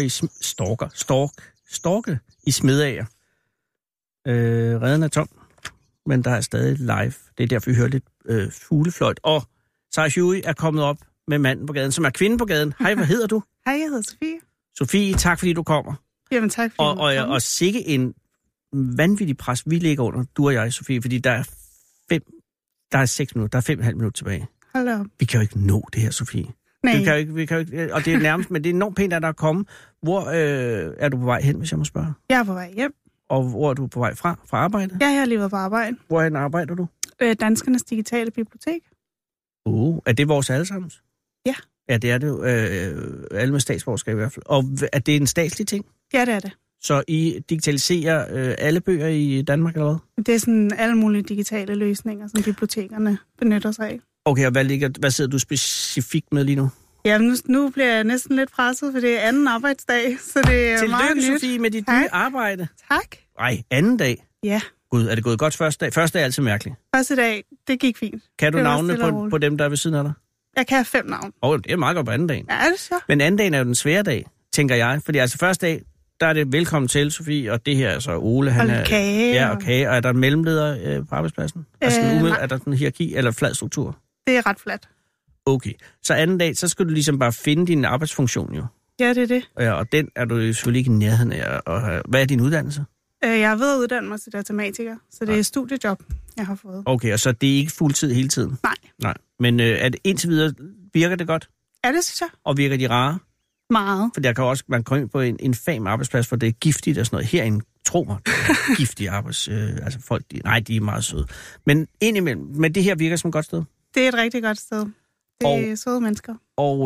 storke i Smedager. Reden er tom, men der er stadig live. Det er derfor, vi hører lidt fuglefløjt. Og Sarah Huey er kommet op med manden på gaden, som er kvinde på gaden. Hej, hvad hedder du? Hej, jeg hedder Sofie. Sofie, tak fordi du kommer. Jamen tak fordi du kommer. Og sikke en vanvittig pres, vi ligger under, du og jeg, Sofie, fordi der er 6 minutter, der er 5,5 minutter tilbage. Hold op. Vi kan jo ikke nå det her, Sofie. Nej. Vi kan jo ikke, og det er nærmest, men det er enormt pænt, at der er kommet. Hvor er du på vej hen, hvis jeg må spørge? Jeg er på vej hjem. Og hvor er du på vej fra arbejde? Jeg har lige været på arbejde. Hvorhen arbejder du? Danskernes Digitale Bibliotek. Er det vores allesammens? Ja. Ja, det er det jo. Alle med statsborgerskab i hvert fald. Og er det en statslig ting? Ja, det er det. Så I digitaliserer alle bøger i Danmark, eller hvad? Det er sådan alle mulige digitale løsninger, som bibliotekerne benytter sig af. Okay, og hvad sidder du specifikt med lige nu? Jamen, nu bliver jeg næsten lidt presset, for det er anden arbejdsdag, så det er meget nyt. Tillykke, Sofie, med dit nye arbejde. Tak. Nej, anden dag? Ja. Gud, er det gået godt første dag? Første dag er altid mærkeligt. Første dag, det gik fint. Kan du navnene på dem, der er ved siden af dig? Jeg kan have 5 navn. Det er meget godt på anden dag. Ja, er det så? Men anden dagen er jo den svære dag, tænker jeg. Fordi altså første dag, der er det velkommen til, Sofie, og det her er så Ole. Han og kage. Ja, og kage. Og er der en mellemleder på arbejdspladsen? Er der sådan en hierarki eller flad struktur? Det er ret fladt. Okay. Så anden dag, så skal du ligesom bare finde din arbejdsfunktion, jo. Ja, det er det. Ja, og den er du jo selvfølgelig ikke i nærheden af. Hvad er din uddannelse? Jeg er ved at uddanne mig til datamatiker, så det er et studiejob, jeg har fået. Okay, og så det er ikke fuldtid hele tiden? Nej. Men er det indtil videre, virker det godt? Ja, det synes jeg. Og virker de rare? Meget. For der kan også, man kommer ind på en fam arbejdsplads, for det er giftigt og sådan noget. Herinde, tro mig, giftige altså folk, de er meget søde. Men indimellem, men det her virker som et godt sted? Det er et rigtig godt sted. Det er søde mennesker. Og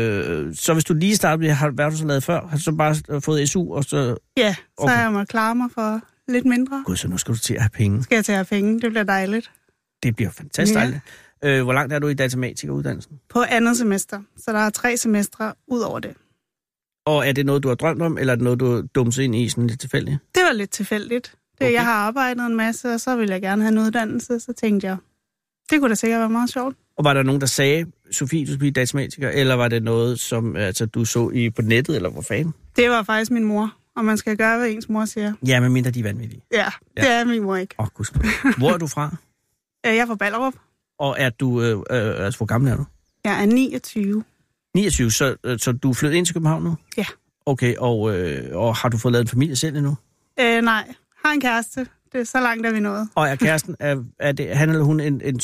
så hvis du lige starter med, hvad har du så lavet før? Har du så bare fået SU? Og så... Ja, så har jeg måttet klare mig for lidt mindre. Gud, så nu skal du til at have penge. Skal jeg til at have penge? Det bliver dejligt. Det bliver fantastisk dejligt. Hvor langt er du i datamatikeruddannelsen? På andet semester, så der er 3 semestre ud over det. Og er det noget, du har drømt om, eller er det noget, du dumset ind i sådan lidt tilfældigt? Det var lidt tilfældigt. Jeg har arbejdet en masse, og så ville jeg gerne have en uddannelse, så tænkte jeg, det kunne da sikkert være meget sjovt. Og var der nogen, der sagde, Sofie, du skal blive datamatiker, eller var det noget, som du så på nettet, eller hvor fanden? Det var faktisk min mor, og man skal gøre, hvad ens mor siger. Ja, men mindre de er vanvittige. Ja, det er min mor ikke. Hvor er du fra? Jeg er fra Ballerup. Og er du, hvor gammel er du? Jeg er 29. 29, så du er flyttet ind til København nu? Ja. Okay, og har du fået lavet en familie selv endnu? Nej, har en kæreste. Det er så langt, er vi nået. Og er kæresten, er det, han eller hun en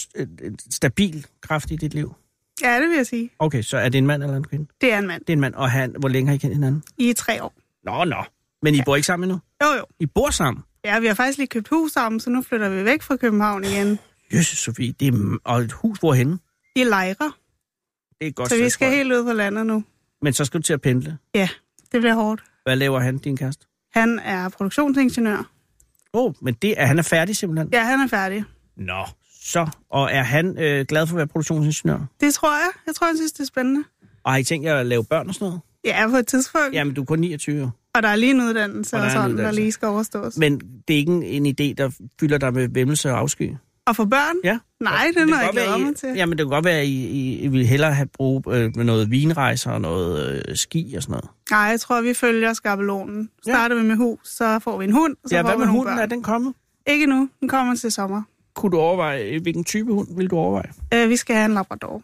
stabil kraft i dit liv? Ja, det vil jeg sige. Okay, så er det en mand eller en kvinde? Det er en mand. Det er en mand, og hvor længe har I kendt hinanden? I 3 år. Nå. Men I bor ikke sammen endnu? Jo. I bor sammen? Ja, vi har faktisk lige købt hus sammen, så nu flytter vi væk fra København igen. Jesus, Sofie, og et hus hvorhenne? I Lejre. Det er godt. Så vi skal helt ud på landet nu. Men så skal du til at pendle? Ja, det bliver hårdt. Hvad laver han, din kæreste? Han er produktionsingeniør. Men han er færdig simpelthen? Ja, han er færdig. Nå, så. Og er han glad for at være produktionsingeniør? Det tror jeg. Jeg tror, han synes, det er spændende. Og har I tænkt jer at lave børn og sådan noget? Ja, på et tidspunkt. Jamen, du er kun 29. Og der er lige en uddannelse og sådan, der lige skal overstås. Men det er ikke en idé, der fylder dig med væmmelse og afsky? Og få børn? Ja. Nej, det er noget, jeg glæder mig til. Jamen, det kan godt være, at I vil hellere have brug med noget vinrejser og noget ski og sådan noget. Nej, jeg tror, vi følger skabelonen. Starter vi med hus, så får vi en hund, så får vi hvad med nogle hunden? børn. Er den kommet? Ikke nu. Den kommer til sommer. Kunne du overveje, hvilken type hund vil du overveje? Vi skal have en labrador.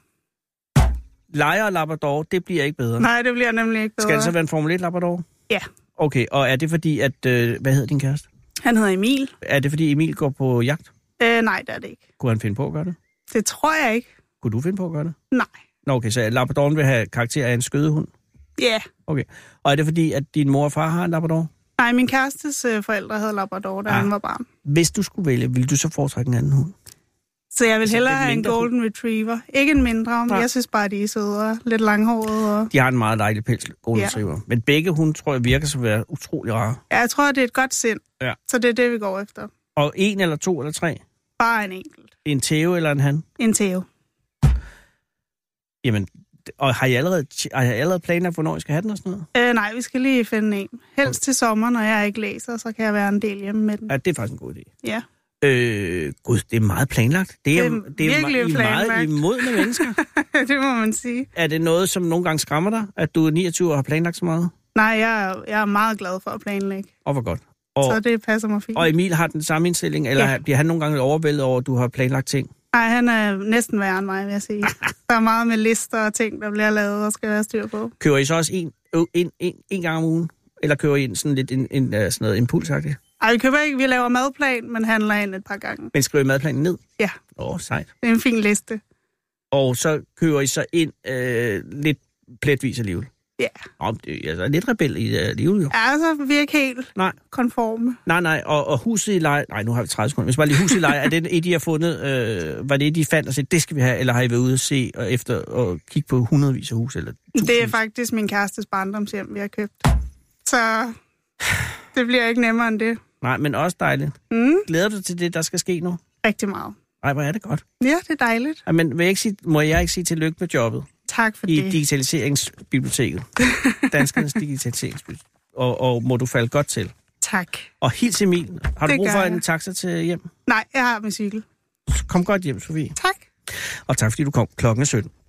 Lejer og labrador, det bliver ikke bedre. Nej, det bliver nemlig ikke bedre. Skal det så være en Formel 1 labrador? Ja. Okay, og er det fordi, at... hvad hedder din kæreste? Han hedder Emil. Er det fordi, Emil går på jagt? Nej, det er det ikke. Kunne han finde på at gøre det? Det tror jeg ikke. Kunne du finde på at gøre det? Nej. Nå, okay, så labradoren vil have karakter af en skødehund? Ja. Yeah. Okay. Og er det fordi, at din mor og far har en labrador? Nej, min kærestes forældre havde labrador, da han var barn. Hvis du skulle vælge, ville du så foretrække en anden hund? Så jeg vil hellere have en golden retriever. Ikke en mindre, men jeg synes bare, de er sødere. Lidt langhårede. Og... De har en meget dejlig pels, golden retriever. Men begge hunde, tror jeg, virker som at være utrolig rare. Ja, jeg tror, det er et godt sind. Ja. Så det er det, vi går efter. Og 1 eller 2 eller 3? Bare en enkelt. En Theo eller en han? En Theo. Jamen, og har I allerede planlagt, hvornår I skal have den og sådan noget? Nej, vi skal lige finde en. Helst til sommer, når jeg ikke læser, så kan jeg være en del hjemme med den. Ja, det er faktisk en god idé. Ja. Gud, det er meget planlagt. Det er virkelig planlagt. Meget imodne mennesker. Det må man sige. Er det noget, som nogle gange skræmmer dig, at du er 29 og har planlagt så meget? Nej, jeg er meget glad for at planlægge. Og hvor godt. Så det passer mig fint. Og Emil har den samme indstilling, eller bliver han nogle gange lidt over, at du har planlagt ting? Nej, han er næsten værre end mig, vil jeg sige. Der er meget med lister og ting, der bliver lavet og skal være styr på. Kører I så også en gang om ugen? Eller kører I sådan lidt sådan noget impulsagtigt? Nej, vi køber ikke. Vi laver madplan, men handler ind et par gange. Men skriver I madplanen ned? Ja. Sejt. Det er en fin liste. Og så kører I så ind lidt pletvis alligevel? Ja. Altså lidt rebel i livet jo. Ja, altså vi er ikke helt konforme. Nej, og huset i leje... Nej, nu har vi 30 sekunder. Hvis bare lige huset i leje, er det et, I har fundet... var det et, I fandt og sagde, det skal vi have, eller har I været ude at se og efter og kigge på hundredvis af hus? Eller det er faktisk min kærestes barndomshjem, vi har købt. Så... Det bliver ikke nemmere end det. Nej, men også dejligt. Glæder du til det, der skal ske nu? Rigtig meget. Nej, hvor er det godt. Ja, det er dejligt. Ja, men må jeg ikke sige tillykke med jobbet? Tak for I det. Digitaliseringsbiblioteket. Danskernes Digitaliseringsbibliotek. Og må du falde godt til. Tak. Og hils Emil. Har du Det brug for gør en jeg. taxa til hjem? Nej, jeg har min cykel. Kom godt hjem, Sofie. Tak. Og tak fordi du kom. Klokken er 17.